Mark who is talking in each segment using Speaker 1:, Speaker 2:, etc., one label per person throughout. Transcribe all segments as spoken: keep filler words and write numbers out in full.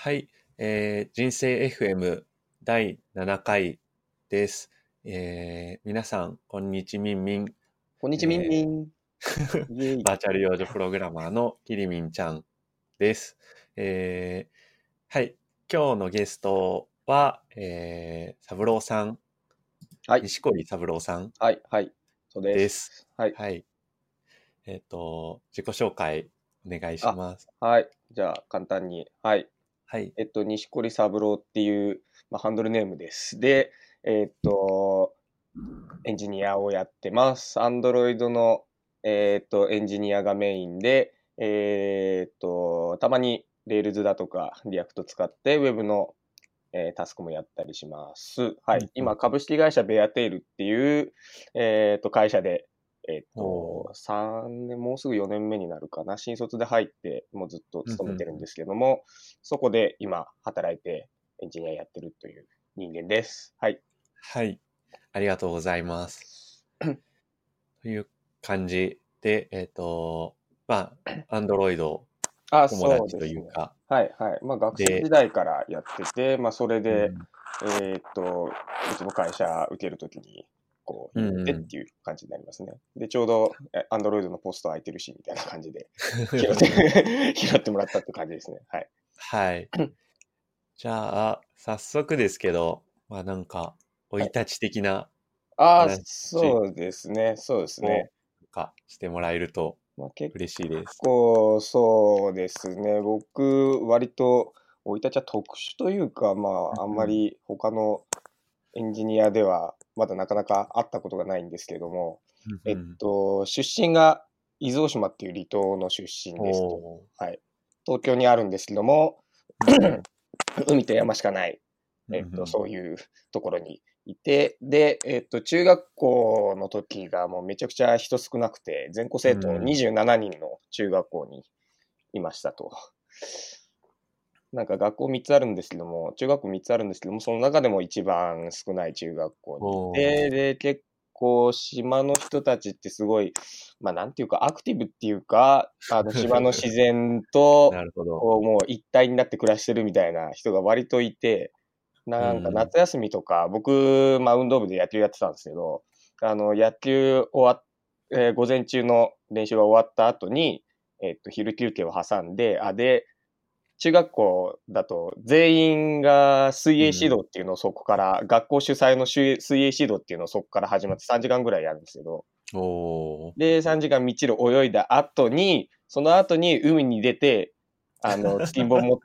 Speaker 1: はい、えー、人生 エフエム だいななかいです。えー、皆さん、こんにちみんみん。
Speaker 2: こんにちみんみ
Speaker 1: え
Speaker 2: ん。
Speaker 1: ー、
Speaker 2: イェイ。
Speaker 1: バーチャル幼女プログラマーのきりみんちゃんです。えー、はい、今日のゲストは、えー、三郎さん、
Speaker 2: はい。
Speaker 1: 西堀三郎さん
Speaker 2: はい。はい。そうで
Speaker 1: です。
Speaker 2: す。はい。
Speaker 1: はい。えっと、自己紹介お願いし
Speaker 2: あ、
Speaker 1: ます。
Speaker 2: はい。じゃあ、簡単に。はい。
Speaker 1: はい。
Speaker 2: えっと、西堀三郎っていう、まあ、ハンドルネームです。で、えっと、エンジニアをやってます。Android の、えっと、エンジニアがメインで、えっと、たまに Rails だとか React 使って Web の、えータスクもやったりします。はい。今、
Speaker 1: うんうん。
Speaker 2: 株式会社ベアテールっていう、えっと、会社で、えっと、
Speaker 1: おー。
Speaker 2: さんねん、もうすぐよねんめになるかな。新卒で入って、もうずっと
Speaker 1: うんうん。
Speaker 2: 勤めてるんですけども、そこで今、働いてエンジニアやってるという人間です。はい。
Speaker 1: はい。ありがとうございます。という感じで、えっと、まあ、アンドロイド
Speaker 2: あ、
Speaker 1: 友達
Speaker 2: そうですね。
Speaker 1: というか、
Speaker 2: はいはい。まあ学生
Speaker 1: で、
Speaker 2: 時代からやってて、まあそれで、
Speaker 1: うん
Speaker 2: えーっと、うちの会社受けるときに、こう
Speaker 1: うん、
Speaker 2: 入れてっ
Speaker 1: うんうん。
Speaker 2: ていう感じになりますね。で、ちょうど、アンドロイドのポスト空いてるし、みたいな感じで、拾って拾ってもらったって感じですね。はい。
Speaker 1: はい。じゃあ、早速ですけど、まあなんか、生い
Speaker 2: はい。
Speaker 1: 立ち的な
Speaker 2: ああ、
Speaker 1: 話
Speaker 2: そうですね。そうです
Speaker 1: を、
Speaker 2: ね。
Speaker 1: なんかしてもらえると
Speaker 2: まあ、結
Speaker 1: 嬉しいです。
Speaker 2: 構、そうですね。僕、割と、生い立ちは特殊というか、まあ、あんま
Speaker 1: うん
Speaker 2: り他のエンジニアではまだなかなか会ったことがないんですけども、えっ
Speaker 1: うんうん。
Speaker 2: と、出身が伊豆大島っていう離島の出身ですと。
Speaker 1: おー。
Speaker 2: はい。東京にあるんですけども、
Speaker 1: うんうん。
Speaker 2: 海と山しかない、えっと、
Speaker 1: うんうん。
Speaker 2: そういうところにいて、で、えっと、中学校の時がもうめちゃくちゃ人少なくて、全校生徒
Speaker 1: うん。
Speaker 2: にじゅうななにんの中学校にいましたと。なんか学校みっつあるんですけども、中学校みっつあるんですけども、その中でも一番少ない中学校にいて、
Speaker 1: おー。
Speaker 2: で、結構島の人たちってすごい、ま、なんていうか、アクティブっていうか、あの、島の自然と、
Speaker 1: なるほど。
Speaker 2: こう、もう一体になって暮らしてるみたいな人が割といて、なんか
Speaker 1: うん。
Speaker 2: 夏休みとか、僕、ま、運動部で野球やってたんですけど、あの、野球終わっえー午前中の練習が終わった後に、えっと、昼休憩を挟んで、あ、で、中学校だと全員が水泳指
Speaker 1: うん。
Speaker 2: 導っていうのをそこから、学校主催のしゅ水泳指導っていうのをそこから始まってさんじかんぐらいやるんですけど、
Speaker 1: おー。
Speaker 2: で、さんじかんみっちり泳いだ後に、その後に海に出て、あの、突きん棒持って、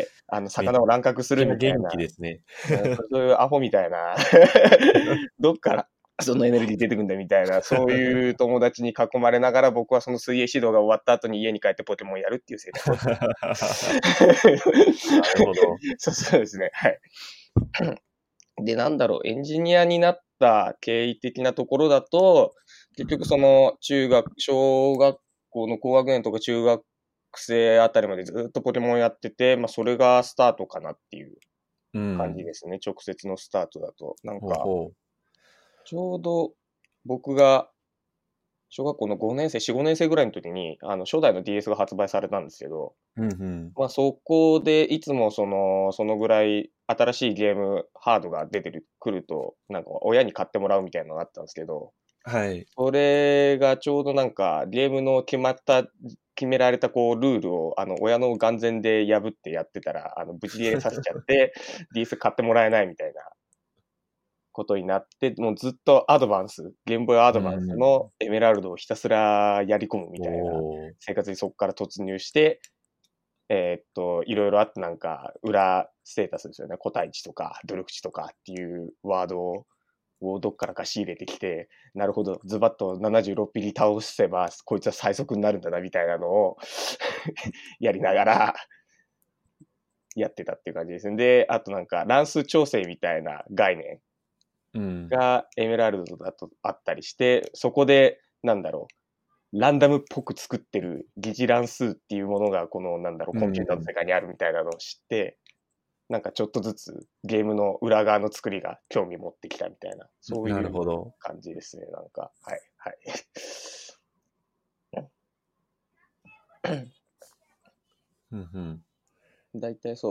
Speaker 2: あの、
Speaker 1: めっ
Speaker 2: 魚を乱獲す
Speaker 1: ちゃ元
Speaker 2: るみたいな、
Speaker 1: 気ですね。
Speaker 2: うん、そういうアホみたいなどっからそのエネルギー出てくんだみたいな、そういう友達に囲まれながら、僕はその水泳指導が終わった後に家に帰ってポケモンやるっていう生活をして
Speaker 1: なるほど。
Speaker 2: そうそうですね、はい。で、なんだろう、エンジニアになった経緯的なところだと、結局その中学小学校の高学年とか中学生あたりまでずっとポケモンやってて、まあ、それがスタートかなっていう
Speaker 1: うん。
Speaker 2: 感じですね、直接のスタートだと。なんか、
Speaker 1: ほうほ
Speaker 2: ちょうど僕が小学校のごねん生、よん、ごねん生ぐらいの時に、あの、初代の ディーエス が発売されたんですけど、
Speaker 1: う。うんうん。
Speaker 2: まあ、そこでいつもその、そのぐらい新しいゲーム、ハードが出てるくると、なんか親に買ってもらうみたいなのがあったんですけど、
Speaker 1: はい。
Speaker 2: それがちょうどなんかゲームの決まった決められたこうルールを、あの、親の眼前で破ってやってたら、あの、ブチギレさせちゃって、ディーエス 買ってもらえないみたいなことになって、もうずっとアドバンス、ゲームボーイア
Speaker 1: う
Speaker 2: ドバンス
Speaker 1: ん。
Speaker 2: のエメラルドをひたすらやり込むみたいな
Speaker 1: おー。
Speaker 2: 生活にそこから突入して、えーっと、いろいろあってなんか、裏ステータスですよね。個体値とか、努力値とかっていうワードを、をどっからか仕入れてきて、なるほど、ズバッとななじゅうろっぴき倒せば、こいつは最速になるんだな、みたいなのをやりながらやってたっていう感じですね。で、あとなんか、乱数調整みたいな概念
Speaker 1: うん。
Speaker 2: がエメラルドだとあったりして、そこで、なんだろう、ランダムっぽく作ってる疑似乱数っていうものが、この、なんだろう、
Speaker 1: う
Speaker 2: コンピューターの
Speaker 1: ん。
Speaker 2: 世界にあるみたいなのを知って、なんかちょっとずつゲームの裏側の作りが興味持ってきたみたいな、そう
Speaker 1: な
Speaker 2: いう
Speaker 1: るほど。
Speaker 2: 感じですね、なんか。はい、はい。
Speaker 1: うんうん。
Speaker 2: 大体そ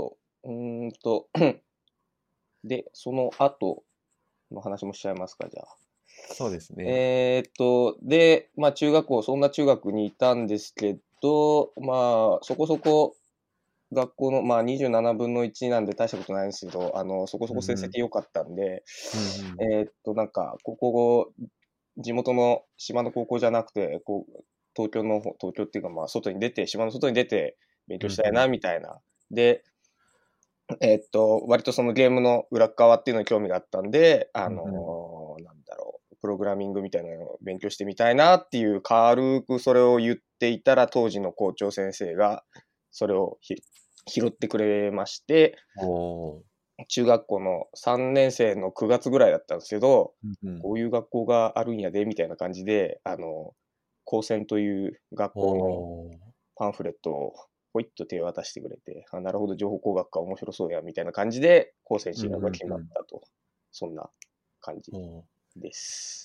Speaker 2: うーんと、で、その後の話もしちゃいますか、じゃあ。
Speaker 1: そうですね。
Speaker 2: えーっと、で、まあ中学校、そんな中学にいたんですけど、まあそこそこ学校の、まあにじゅうななぶんのいちなんで大したことないんですけど、あの、そこそこ成
Speaker 1: うんうん。
Speaker 2: 績良かったんで、
Speaker 1: うんうん。
Speaker 2: えーっと、なんか、高校、地元の島の高校じゃなくて、こう、東京の方、東京っていうかまあ外に出て、島の外に出て勉強したいな、みたいな。で、えーっと、割とそのゲームの裏側っていうのに興味があったんで、あの
Speaker 1: うんうん。
Speaker 2: ーなんだろう、プログラミングみたいなのを勉強してみたいなっていう、軽くそれを言っていたら、当時の校長先生が、それをひ拾ってくれまして、
Speaker 1: おー。
Speaker 2: 中学校のさんねん生のくがつぐらいだったんですけど、
Speaker 1: うんうん。
Speaker 2: こういう学校があるんやで、みたいな感じで、あの、高専という学校の
Speaker 1: おー。
Speaker 2: パンフレットをポイッと手渡してくれて、あ、なるほど、情報工学科面白そうや、みたいな感じで、高専進学が決まったと。そんな感じ
Speaker 1: おー。
Speaker 2: です。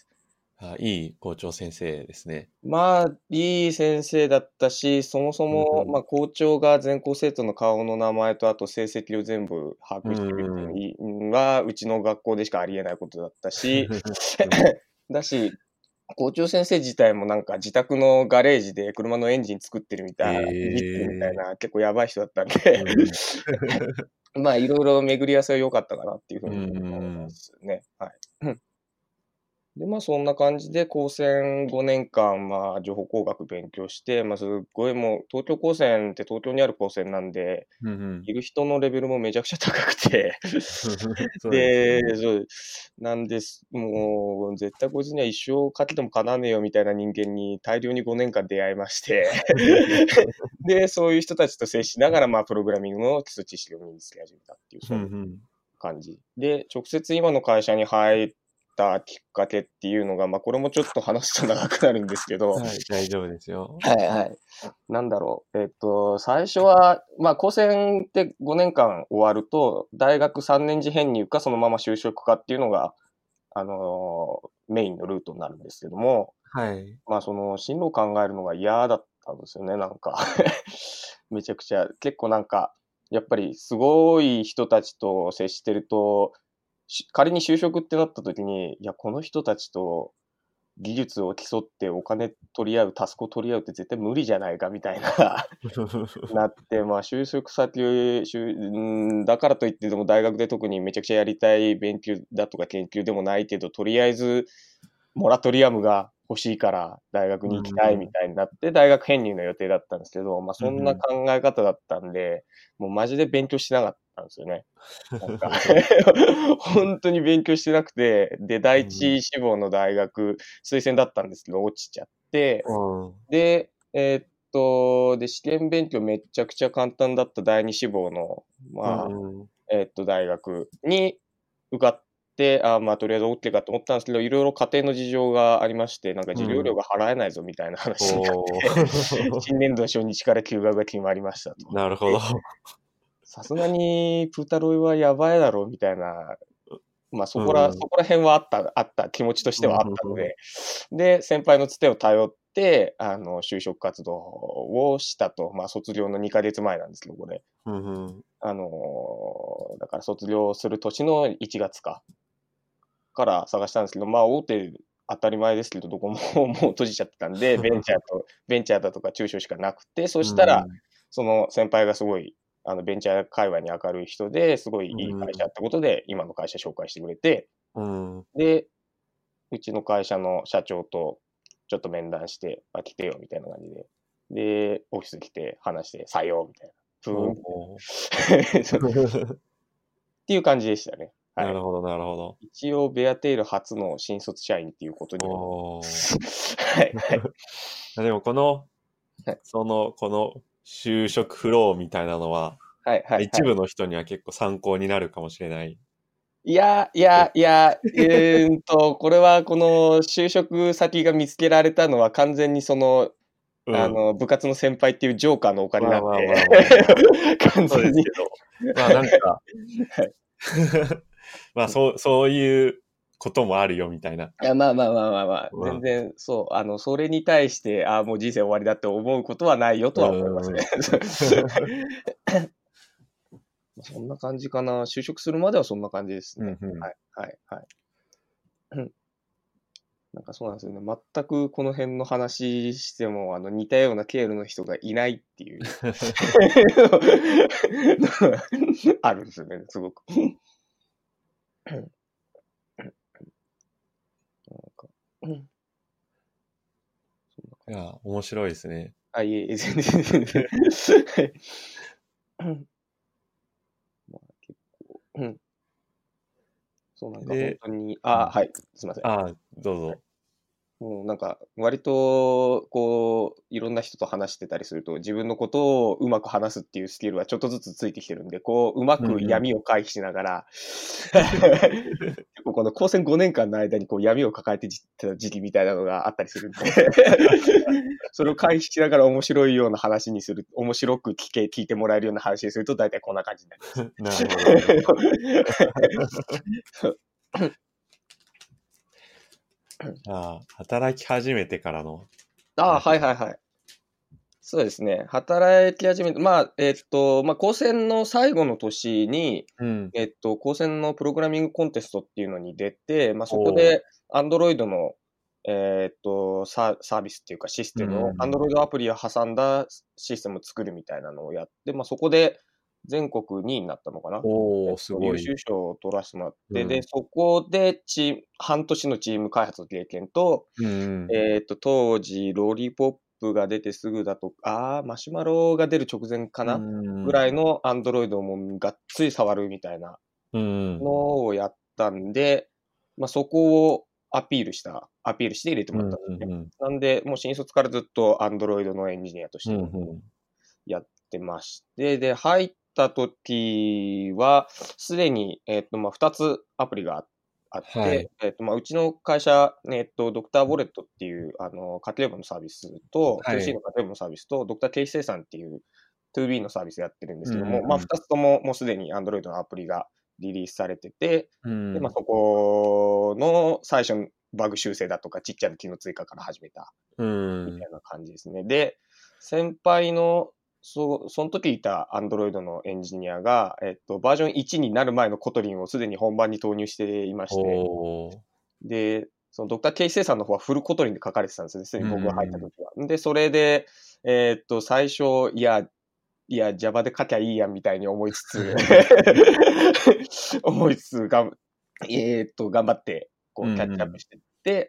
Speaker 1: あ、いい校長先生ですね。
Speaker 2: まあ、いい先生だったし、そもそも、
Speaker 1: うんうん。
Speaker 2: まあ、校長が全校生徒の顔の名前と、あと成績を全部把
Speaker 1: う
Speaker 2: 握してるって
Speaker 1: んうん。
Speaker 2: いうのは、うちの学校でしかありえないことだったし、
Speaker 1: うん。
Speaker 2: だし、校長先生自体もなんか自宅のガレージで車のエンジン作ってるみたい、いじってるみたい
Speaker 1: ええ。
Speaker 2: な、結構やばい人だったんで、
Speaker 1: うんうん。
Speaker 2: まあ、いろいろ巡り合わせは良かったかなっていうふう
Speaker 1: うん
Speaker 2: に思い
Speaker 1: うん。
Speaker 2: ますね。はい。で、まあ、そんな感じで高専ごねんかん、まあ、情報工学勉強して、まあ、すっごいもう、東京高専って東京にある高専なんで、
Speaker 1: うんうん。
Speaker 2: いる人のレベルもめちゃくちゃ高くて
Speaker 1: そうですよ
Speaker 2: で、
Speaker 1: ね。
Speaker 2: そう、なんです、もう、絶対こいつには一生かけてもかなわねえよみたいな人間に大量にごねんかん出会いましてで、そういう人たちと接しながら、まあ、プログラミングの基礎知識を身につけ始めたっていう、
Speaker 1: うんう
Speaker 2: そんな
Speaker 1: ん。
Speaker 2: 感じ。で、直接今の会社に入ったきっかけっていうのが、まあ、これもちょっと話すと長くなるんですけど、
Speaker 1: はい、大丈夫ですよ。
Speaker 2: はいはい。なんだろう。えっと、最初は、まあ、高専ってごねんかん終わると、大学さんねん次編入か、そのまま就職かっていうのが、あのーメインのルートになるんですけども、
Speaker 1: はい。
Speaker 2: まあ、その、進路を考えるのが嫌だったんですよね、なんかめちゃくちゃ。結構なんか、やっぱりすごい人たちと接してると、し仮に就職ってなった時に、いや、この人たちと技術を競ってお金取り合う、タスクを取り合うって絶対無理じゃないかみたいななって、まあ、就職先、しゅうんだからといってでも大学で特にめちゃくちゃやりたい勉強だとか研究でもないけど、とりあえずモラトリアムが欲しいから大学に行きたいみたいになって、大学編入の予定だったんですけど、まあ、そんな考え方だったんで、もうマジで勉強してなかったんですよね。なんか本当に勉強してなくて、で、第一志望の大学、推薦だったんですけど、落ちちゃって、で、えーっと、で、試験勉強めっちゃくちゃ簡単だった第二志望の、まあ、えーっと、大学に受かって、あまあ、とりあえず OK かと思ったんですけど、いろいろ家庭の事情がありまして、なんか授業料が払えないぞみたいな話になって、新年度初日から休学が決まりましたと。
Speaker 1: なるほど。
Speaker 2: さすがに、プータロイはやばいだろうみたいな、まあ、そこら、そ
Speaker 1: うん。
Speaker 2: こら辺はあった、あった、気持ちとしてはあったので、で、先輩のつてを頼って、あの、就職活動をしたと。まあ、卒業のにかげつまえなんですけど、これ。
Speaker 1: うんうん。
Speaker 2: あのーだから卒業する年のいちがつか、から探したんですけど、まあ、大手当たり前ですけど、どこももう閉じちゃってたんで、ベンチャーと、ベンチャーだとか中小しかなくて、そしたら、その先輩がすごい、あの、ベンチャー界隈に明るい人で、すごいいい会社ってことで、今の会社紹介してくれて、
Speaker 1: うん。
Speaker 2: で、うちの会社の社長とちょっと面談して、あ、来てよ、みたいな感じで。で、オフィス来て話して、採用、みたいな。ふーん。
Speaker 1: おー。
Speaker 2: っていう感じでしたね。はい。
Speaker 1: なるほど、なるほど。
Speaker 2: 一応、ベアテール初の新卒社員っていうことにはなりま
Speaker 1: おー。
Speaker 2: す。はい、はい。
Speaker 1: でもこの、
Speaker 2: はい
Speaker 1: その、この就職フローみたいなのは、
Speaker 2: はい、はい。
Speaker 1: 一部の人には結構参考になるかもしれない。
Speaker 2: いや、いや、いや、えーんと、これはこの就職先が見つけられたのは完全にその、
Speaker 1: うん。
Speaker 2: あの、部活の先輩っていうジョーカーのお金
Speaker 1: ま
Speaker 2: なんで、
Speaker 1: あまあまあまあまあ。
Speaker 2: 完全に。
Speaker 1: そうですけど。まあなんか、
Speaker 2: はい。
Speaker 1: まあそう、そういうこともあるよみたいな。
Speaker 2: いや、まあまあまあまあまあ、
Speaker 1: まあ、
Speaker 2: 全然そう、あの、それに対して、ああ、もう人生終わりだって思うことはないよと
Speaker 1: う
Speaker 2: は思います
Speaker 1: んうんうん。
Speaker 2: ね。 そんな感じかな。就職するまではそんな感じですね。
Speaker 1: うんうん
Speaker 2: はい、はい、はい。なんかそうなんですよね。全くこの辺の話しても、あの、似たような経路の人がいないっていうのがあるんですよね、すごく。なんかうん
Speaker 1: いや、面白いですね。
Speaker 2: あ、いえいえ、全然全然。はいうんまあ、結構、うん。そうなんか本
Speaker 1: で、
Speaker 2: 当に、あ、
Speaker 1: うん。
Speaker 2: はい、すいません。
Speaker 1: ああ、どうぞ。
Speaker 2: もうなんか、割と、こう、いろんな人と話してたりすると、自分のことをうまく話すっていうスキルはちょっとずつついてきてるんで、こう、うまく
Speaker 1: うんうん。
Speaker 2: 闇を回避しながら、結構この高専ごねんかんの間にこう闇を抱えてた時期みたいなのがあったりするんで、それを回避しながら面白いような話にする、面白く聞け、聞いてもらえるような話にすると、大体こんな感じになります。
Speaker 1: なるほど、なるほど。ああ、働き始めてからの
Speaker 2: ああ、
Speaker 1: 話。
Speaker 2: はいはいはい。そうですね。働き始めて、まあ、えっと、まあ、高専の最後の年に、
Speaker 1: うん。
Speaker 2: えっと、高専のプログラミングコンテストっていうのに出て、まあ、そこ
Speaker 1: おお。
Speaker 2: で Android の、えっと、ササービスっていうかシス
Speaker 1: う
Speaker 2: テムを、
Speaker 1: ん。
Speaker 2: Android アプリを挟んだシステムを作るみたいなのをやって、まあ、そこで全国にいになったのかな。え
Speaker 1: おお、
Speaker 2: っと、優
Speaker 1: すごい。
Speaker 2: 秀賞を取らせてもらって、で、
Speaker 1: うん。
Speaker 2: そこでチーム半年のチーム開発の経験と、
Speaker 1: うんうん。
Speaker 2: えっと、当時、ロリポップが出てすぐだと、ああ、マシュマロが出る直前か
Speaker 1: う
Speaker 2: な
Speaker 1: んうん。
Speaker 2: ぐらいのアンドロイドをもうがっつり触るみたいな
Speaker 1: うんうん。
Speaker 2: のをやったんで、まあ、そこをアピールした、アピールして入れて
Speaker 1: うん
Speaker 2: もらったんですね。
Speaker 1: うんうん。
Speaker 2: なんで、もう新卒からずっとアンドロイドのエンジニアとし
Speaker 1: うん
Speaker 2: て
Speaker 1: うん。
Speaker 2: やってまして、で、入った時は、すでに、えっと、まあ、ふたつアプリがああっ
Speaker 1: はい。
Speaker 2: て、えっと、まあ、うちの会社、えっと、ドクターウォレットっていう、あの、家庭簿のサービスと、
Speaker 1: は
Speaker 2: ツーシー
Speaker 1: い。
Speaker 2: の家庭簿のサービスと、ドクターケイ生産っていう ツービー のサービスやってるんです
Speaker 1: う
Speaker 2: けども、まあ、
Speaker 1: んうんうん。
Speaker 2: ふたつとももうすでに Android のアプリがリリースされてて、で、まあ、
Speaker 1: うん。
Speaker 2: そこの最初のバグ修正だとか、ちっちゃな機能追加から始めた
Speaker 1: うん。
Speaker 2: みたいな感じですね。で、先輩の、そその時いた Android のエンジニアが、えっと、バージョンいちになる前のコトリンをすでに本番に投入していまし
Speaker 1: お
Speaker 2: て、
Speaker 1: お。
Speaker 2: で、そのドクターケイ生産の方はフルコトリンで書かれてたんですよね、すで
Speaker 1: う
Speaker 2: に僕が入った
Speaker 1: ん。
Speaker 2: 時は。で、それで、えっと、最初、いや、いや、Java で書きゃいいやんみたいに思いつつ、思いつつ、がんえっと、頑張って、こう、キャッ
Speaker 1: うんうん。
Speaker 2: チアップしてって、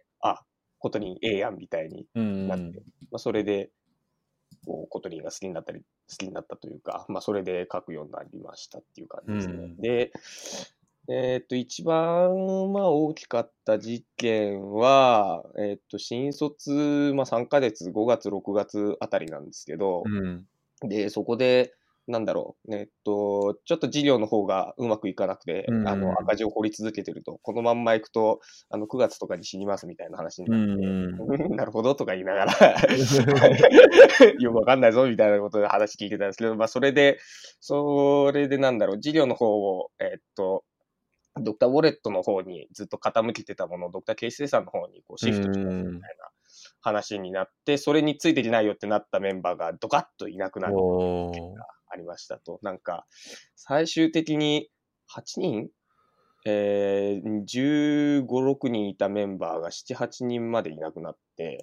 Speaker 2: あ、コトリンええやんみたいに
Speaker 1: う
Speaker 2: なって、
Speaker 1: ん。
Speaker 2: まあ、それで、こう、コトリンが好きになったり、好きになったというか、まあ、それで書くようになりましたっていう感じですね。
Speaker 1: うん。
Speaker 2: で、えっと、一番、まあ、大きかった事件は、えっと、新卒、まあ、さんかげつ、ごがつ、ろくがつあたりなんですけど、
Speaker 1: うん。
Speaker 2: で、そこで、なんだろう、えっと、ちょっと事業の方がうまくいかなくて、あの、
Speaker 1: うん。
Speaker 2: 赤字を掘り続けてると、このまんま行くと、あの、くがつとかに死にますみたいな話に
Speaker 1: う
Speaker 2: なって、
Speaker 1: ん。
Speaker 2: なるほどとか言いながらよくわかんないぞみたいなことで話聞いてたんですけど、まあ、それで、それでなんだろう、事業の方を、えっと、ドクターウォレットの方にずっと傾けてたものをドクターケイスイさんの方にこう
Speaker 1: う
Speaker 2: シフトしますみ
Speaker 1: ん。
Speaker 2: たいな話になって、それについていけないよってなったメンバーがドカッといなくな
Speaker 1: お
Speaker 2: る
Speaker 1: お。
Speaker 2: ありましたと。なんか、最終的にはちにんえー、じゅうご、ろくにんいたメンバーがなな、はちにんまでいなくなって、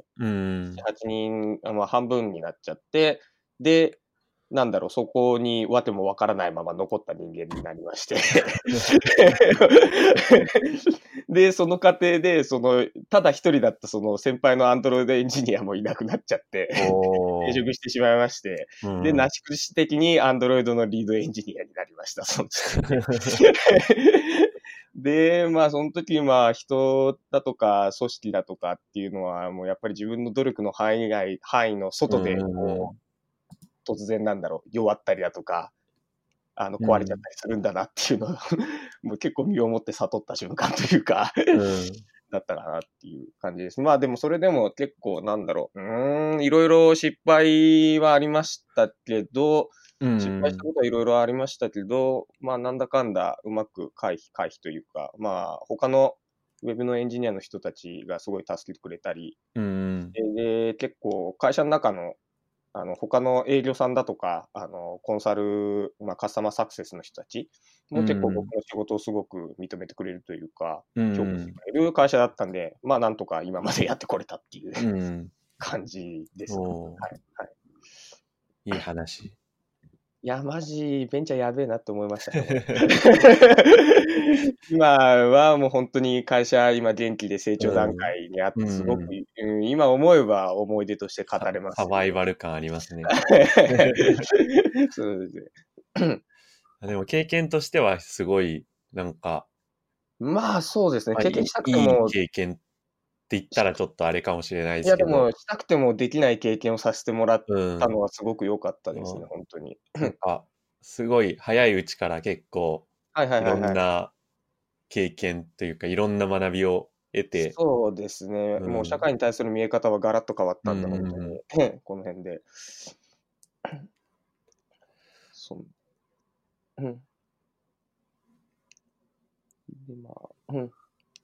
Speaker 1: う
Speaker 2: なな、
Speaker 1: ん。
Speaker 2: はちにん、あまあ、半分になっちゃって、で、なんだろう、そこにわてもわからないまま残った人間になりましてで、その過程で、その、ただ一人だったその先輩のアンドロイドエンジニアもいなくなっちゃって転
Speaker 1: おお。
Speaker 2: 職してしまいまして、で、
Speaker 1: うん。
Speaker 2: なし崩し的にアンドロイドのリードエンジニアになりました、その時点で。で、まあ、その時、まあ、人だとか、組織だとかっていうのは、もうやっぱり自分の努力の範囲外、範囲の
Speaker 1: う
Speaker 2: 外で、こ
Speaker 1: ん。
Speaker 2: う、突然なんだろう、弱ったりだとか、あの、
Speaker 1: うん。
Speaker 2: 壊れちゃったりするんだなっていうのをもう結構身をもって悟った瞬間というか
Speaker 1: うん。
Speaker 2: だったかなっていう感じです。まあでもそれでも結構なんだろう、うーん、いろいろ失敗はありましたけど、
Speaker 1: う
Speaker 2: 失敗した
Speaker 1: ん。
Speaker 2: ことはいろいろありましたけど、まあなんだかんだうまく回避、回避というか、まあ他のウェブのエンジニアの人たちがすごい助けてくれたり、
Speaker 1: うん。
Speaker 2: で、で結構会社の中のあの、他の営業さんだとか、あの、コンサル、まあ、カスタマーサクセスの人たちも結構僕の仕事をすごく認めてくれるというか、
Speaker 1: うん
Speaker 2: 評価してくれる会社だったんで、まあ、なんとか今までやってこれたっていう
Speaker 1: うん。
Speaker 2: 感じですね。
Speaker 1: おー
Speaker 2: はい。はい。
Speaker 1: いい話。
Speaker 2: いや、マジ、ベンチャーやべえなって思いましたね。今はもう本当に会社、今元気で成長段階にあっ
Speaker 1: う
Speaker 2: て、すごく、
Speaker 1: ん。
Speaker 2: うん、今思えば思い出として語
Speaker 1: サ
Speaker 2: れますよ。
Speaker 1: サバイバル感ありますね。
Speaker 2: そうですね。
Speaker 1: でも経験としてはすごい、なんか、
Speaker 2: まあ、そうですね。
Speaker 1: まあ、い
Speaker 2: 経験したくて
Speaker 1: いいい
Speaker 2: も、
Speaker 1: 経験って言ったらちょっとあれかもしれないで
Speaker 2: いや、で
Speaker 1: すけど、
Speaker 2: も、したくてもできない経験をさせてもらっ
Speaker 1: うん。
Speaker 2: たのはすごく良かったですね、
Speaker 1: まあ
Speaker 2: 本当に。
Speaker 1: なんか、すごい早いうちから結構、
Speaker 2: はいはい
Speaker 1: いろ
Speaker 2: はいはい。
Speaker 1: んな経験というか、いろんな学びを得て、
Speaker 2: そうですね。もう社
Speaker 1: うん。
Speaker 2: 会に対する見え方はガラッと変わっ
Speaker 1: う
Speaker 2: たんで、本当
Speaker 1: ん。
Speaker 2: に。この辺で。そう。うん。で、まあ、うん。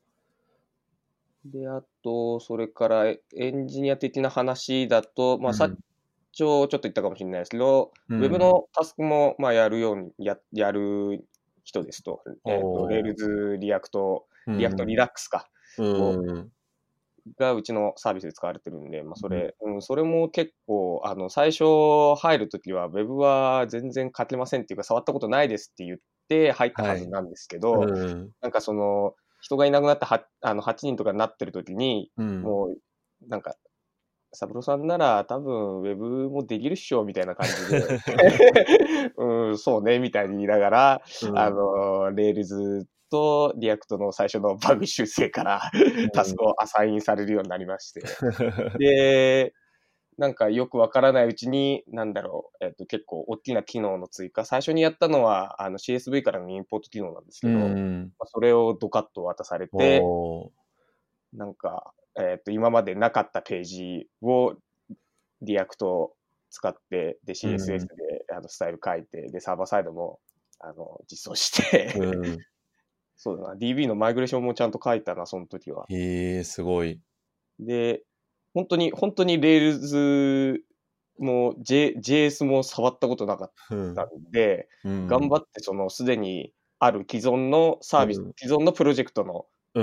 Speaker 2: で、あと、それからエエンジニア的な話だと、まあ、さっ
Speaker 1: うん。
Speaker 2: ちょちょっと言ったかもしれないですけど、ウェブ
Speaker 1: うん。
Speaker 2: のタスクも、まあ、やるように、ややる人ですと、えっと、
Speaker 1: おー。
Speaker 2: Rails、リアクト、
Speaker 1: うん。
Speaker 2: リアクトリラックスか、を
Speaker 1: うん。
Speaker 2: がうちのサービスで使われてるんで、まあ、そ
Speaker 1: うん。
Speaker 2: れ、うん、それも結構、あの、最初入るときは、ウェブは全然書けませんっていうか、触ったことないですって言って入ったは
Speaker 1: はい。
Speaker 2: ずなんですけど、
Speaker 1: うん。
Speaker 2: なんかその、人がいなくなってはあのはちにんとかになってるときに、
Speaker 1: うん。
Speaker 2: もう、なんか、サブロさんなら多分ウェブもできるっしょみたいな感じで、うん、そうね、みたいに言いながら、あ
Speaker 1: うん。
Speaker 2: の、Rails と React の最初のバグ修正からタス
Speaker 1: うん。
Speaker 2: クをアサインされるようになりまして。で、なんかよくわからないうちに、なんだろう、えっと、結構大きな機能の追加。最初にやったのは、あの シーエスブイ からのインポート機能なんです
Speaker 1: う
Speaker 2: けど、
Speaker 1: ん。
Speaker 2: まあ、それをドカッと渡されて、
Speaker 1: おー。
Speaker 2: なんか、えっと、今までなかったページをリアクトを使って、で、
Speaker 1: う
Speaker 2: シーエスエス
Speaker 1: ん。
Speaker 2: であのスタイル書いて、で、サーバーサイドもあの実装して
Speaker 1: うん。
Speaker 2: そうだな、ディービー のマイグレーションもちゃんと書いたな、その時は。
Speaker 1: へえ、すごい。
Speaker 2: で、本当に、本当に Rails も J、ジェイエス も触ったことなかった
Speaker 1: うん。
Speaker 2: んで、
Speaker 1: うん。
Speaker 2: 頑張ってそのすでにある既存のサービス、
Speaker 1: うん。
Speaker 2: 既存のプロジェクトの
Speaker 1: うん。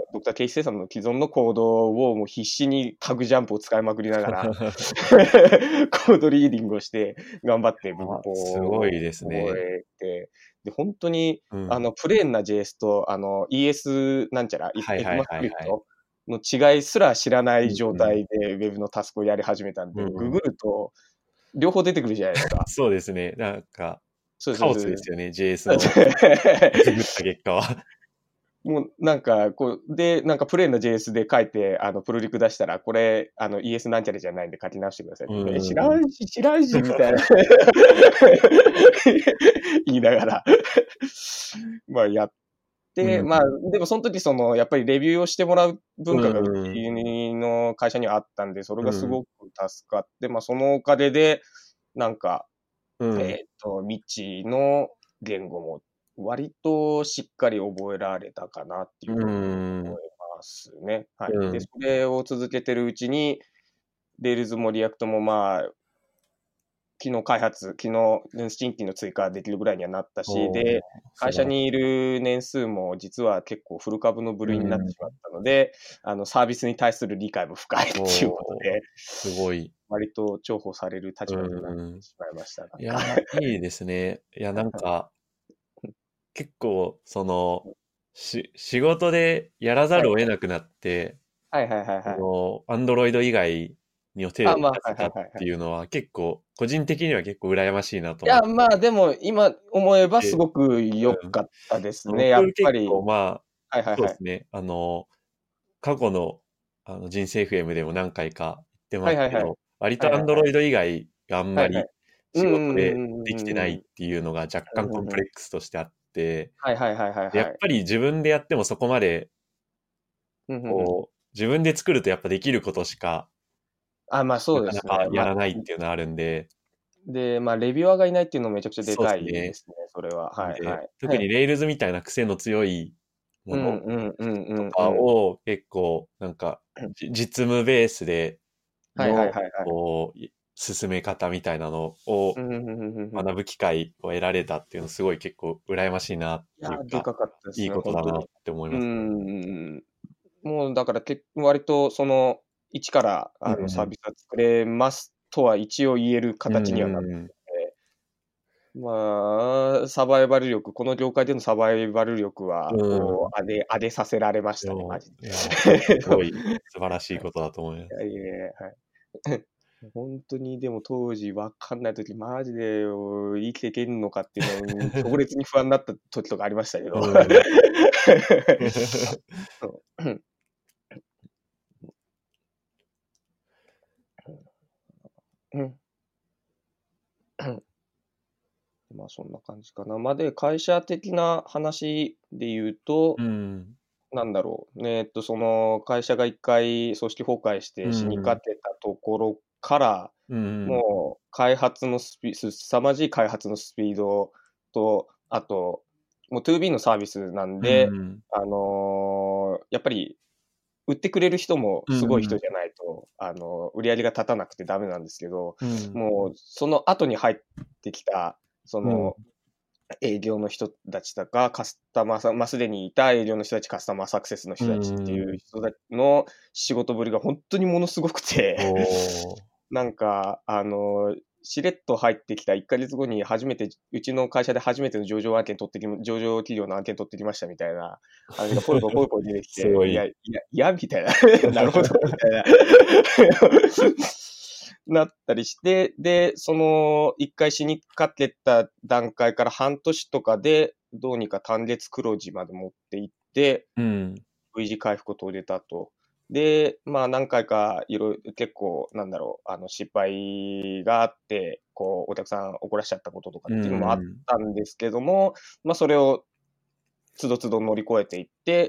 Speaker 2: ドクター・ケイシセイさんの既存のコードをもう必死にタグジャンプを使いまくりながらコードリーディングをして頑張って文
Speaker 1: あ、
Speaker 2: 法
Speaker 1: すごい
Speaker 2: を
Speaker 1: ですね。
Speaker 2: 覚えて、で、本当に
Speaker 1: うん。
Speaker 2: あのプレーンな ジェイエス とあの イーエス なんちゃら、
Speaker 1: はいはいはいはい。
Speaker 2: エクマスクリプトの違いすら知らない状
Speaker 1: うんうん。
Speaker 2: 態で Web のタスクをやり始めたんで、グ
Speaker 1: うん。
Speaker 2: グると両方出てくるじゃないですか。
Speaker 1: そうですね。なんか、
Speaker 2: そう
Speaker 1: カオ
Speaker 2: そうそう。
Speaker 1: スですよね、ジェイエス のググった結果は。
Speaker 2: もうなんか、こう、で、なんかプレーンの ジェイエス で書いて、あの、プロリク出したら、これ、あの、イーエス なんちゃらじゃないんで書き直してくださいっ
Speaker 1: う
Speaker 2: て。え、知
Speaker 1: ーん。
Speaker 2: らんし、知らんし、みたいな言いながらまあやっ
Speaker 1: う
Speaker 2: て、まあ、
Speaker 1: ん。
Speaker 2: でもその時その、やっぱりレビューをしてもらう
Speaker 1: う
Speaker 2: 文化がう
Speaker 1: んうん。
Speaker 2: ちの会社にはあったんで、それ
Speaker 1: うん。
Speaker 2: がすごく助かって、まあそのおかげで、なんか、
Speaker 1: うん。
Speaker 2: えっと、未知の言語も割としっかり覚えられたかなってい
Speaker 1: う
Speaker 2: うふうに
Speaker 1: ーん。
Speaker 2: 思いますね。はい。で、
Speaker 1: うん。
Speaker 2: それを続けてるうちに、Rails も React もまあ、機能開発、機能、新規の追加できるぐらいにはなったし、
Speaker 1: おー、
Speaker 2: で、会社にい
Speaker 1: 素晴らしい。
Speaker 2: る年数も実は結構フル株の部
Speaker 1: う
Speaker 2: 類になって
Speaker 1: ん。
Speaker 2: しまったので、あの、サービスに対する理解も深いっていうこと
Speaker 1: おー、
Speaker 2: で、
Speaker 1: すごい。
Speaker 2: 割と重宝される
Speaker 1: う
Speaker 2: 立場になっ
Speaker 1: ん。
Speaker 2: てしまいました、なんか。
Speaker 1: いや、いいですね。いや、なんか、結構、その、し、仕事でやらざ
Speaker 2: はい。
Speaker 1: るを得なくなって、
Speaker 2: はいはいはいはい。
Speaker 1: その、Android 以外に手を
Speaker 2: あ、まあ、はい
Speaker 1: 出せたっ
Speaker 2: はいはいはい。
Speaker 1: ていうのは結構、個人的には結構羨ましいなと
Speaker 2: いや、
Speaker 1: 思っ
Speaker 2: まあ、でも、今思えばす
Speaker 1: て、
Speaker 2: ごく良
Speaker 1: うん。
Speaker 2: かったですね、やっ
Speaker 1: 僕結
Speaker 2: ぱり。
Speaker 1: 構まあ、
Speaker 2: はいはいはい。
Speaker 1: そうですね、あの、過去の、あの、人生 エフエム でも何回か言って
Speaker 2: はいはいはい。
Speaker 1: ますけど、割と
Speaker 2: はいはいはい。
Speaker 1: Android 以外があん
Speaker 2: はいはい。
Speaker 1: まり
Speaker 2: うん
Speaker 1: 仕事
Speaker 2: うん
Speaker 1: で
Speaker 2: うん
Speaker 1: できてないっ
Speaker 2: うんうんうん。
Speaker 1: ていうのが若干コンプ
Speaker 2: うんうんうん。
Speaker 1: レックスとしてあって、
Speaker 2: はいはいはいはい
Speaker 1: でやっ
Speaker 2: はい。
Speaker 1: ぱり自分でやってもそこまで、
Speaker 2: うんうんうん。
Speaker 1: こう、自分で作るとやっぱできることしか、
Speaker 2: あ、まあ、そ
Speaker 1: なかな
Speaker 2: うですね。ま、
Speaker 1: かやらないっていうのはあるんで、
Speaker 2: で、まあ、レビュアーがいないっていうのもめちゃくちゃで
Speaker 1: そうで
Speaker 2: か
Speaker 1: すね。
Speaker 2: いですね、それは。
Speaker 1: なんで、
Speaker 2: はいはい。
Speaker 1: 特に Rails みたいな癖の強いもの
Speaker 2: うんうんうんう
Speaker 1: とか
Speaker 2: んうん。
Speaker 1: を結構なんか、じ実務ベースで
Speaker 2: はいはい
Speaker 1: の、
Speaker 2: はいはい。
Speaker 1: こう、 進め方みたいなのを
Speaker 2: うんうんうんうんうん。
Speaker 1: 学ぶ機会を得られたっていうのすごい結構羨ましいなっ
Speaker 2: いやー、で
Speaker 1: ていうか、
Speaker 2: かかったですね、
Speaker 1: いいことだ
Speaker 2: 本当に。
Speaker 1: なって思い
Speaker 2: うー
Speaker 1: ます。
Speaker 2: ん。もうだからけ割とその、一からあの、サー
Speaker 1: うん。
Speaker 2: ビスが作れますとは一応言える
Speaker 1: うん
Speaker 2: 形にはなって
Speaker 1: うんうん。
Speaker 2: て、まあ、サバイバル力、この業界でのサバイバル力は、
Speaker 1: うん。
Speaker 2: こう、上げ上げさせられましたね、
Speaker 1: でも、
Speaker 2: マジで。
Speaker 1: いや、すごい素晴らしいことだと思います。
Speaker 2: いやいえいえ、はい。本当にでも当時わかんない時、マジで、お生きていけんのかっていうの、強烈に不安になった時とかありましたけど。
Speaker 1: うん。
Speaker 2: そう。うん。まあそんな感じかな。まあで、会社的な話で言うと、
Speaker 1: うん。
Speaker 2: なんだろう。えーっと、その会社が一回組織崩壊し
Speaker 1: う
Speaker 2: て死にか
Speaker 1: ん。
Speaker 2: けたところから、
Speaker 1: うん。
Speaker 2: もう開発のスピ、すさまじい開発のスピードと、あと、もう ツービー のサービスなん
Speaker 1: う
Speaker 2: で、
Speaker 1: ん。
Speaker 2: あのーやっぱり売ってくれる人も
Speaker 1: うん。
Speaker 2: すごい人じゃないと、あの、売り上げが立たなくてダメなんですけど、
Speaker 1: うん。
Speaker 2: もうその後に入ってきた、そ
Speaker 1: うん。
Speaker 2: の営業の人たちとか、カスタマーさん、まあ、すでにいた営業の人たち、カスタマーサクセスの
Speaker 1: う
Speaker 2: 人たちっていう
Speaker 1: ん。
Speaker 2: 人たちの仕事ぶりが本当にものすごくて、
Speaker 1: おー。
Speaker 2: なんか、あの、しれっと入ってきたいっかげつごに初めて、うちの会社で初めての上場案件取ってき、上場企業の案件取ってきましたみたいな話がポロポロポロポロ出てきて、いや、
Speaker 1: すごい。
Speaker 2: いや、いや、みたいな。なるほど、みたいな。なったりして、で、その、一回死にかけた段階から半年とかで、どうにか単月黒字まで持っていって、
Speaker 1: うん。
Speaker 2: V 字回復を遂げたと。で、まあ何回かいろいろ結構なんだろう、あの失敗があって、こうお客さん怒らしちゃったこととか
Speaker 1: う
Speaker 2: っていうのもあっ
Speaker 1: ん。
Speaker 2: たんですけども、まあそれをつどつど乗り越えていって、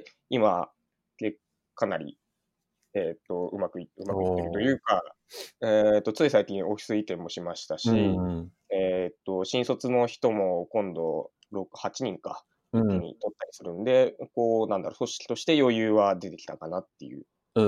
Speaker 2: 今、けかなり、えっと、うまくい、うまくいってると
Speaker 1: おー。
Speaker 2: いうか、えっと、つい最近オフィス移転もしました
Speaker 1: う
Speaker 2: し、
Speaker 1: ん。
Speaker 2: えっと、新卒の人も今度ろく、はちにんか、一気
Speaker 1: うん。
Speaker 2: に取ったりするんで、こう、なんだろう、組織として余裕は出てきたかなっていう
Speaker 1: うん。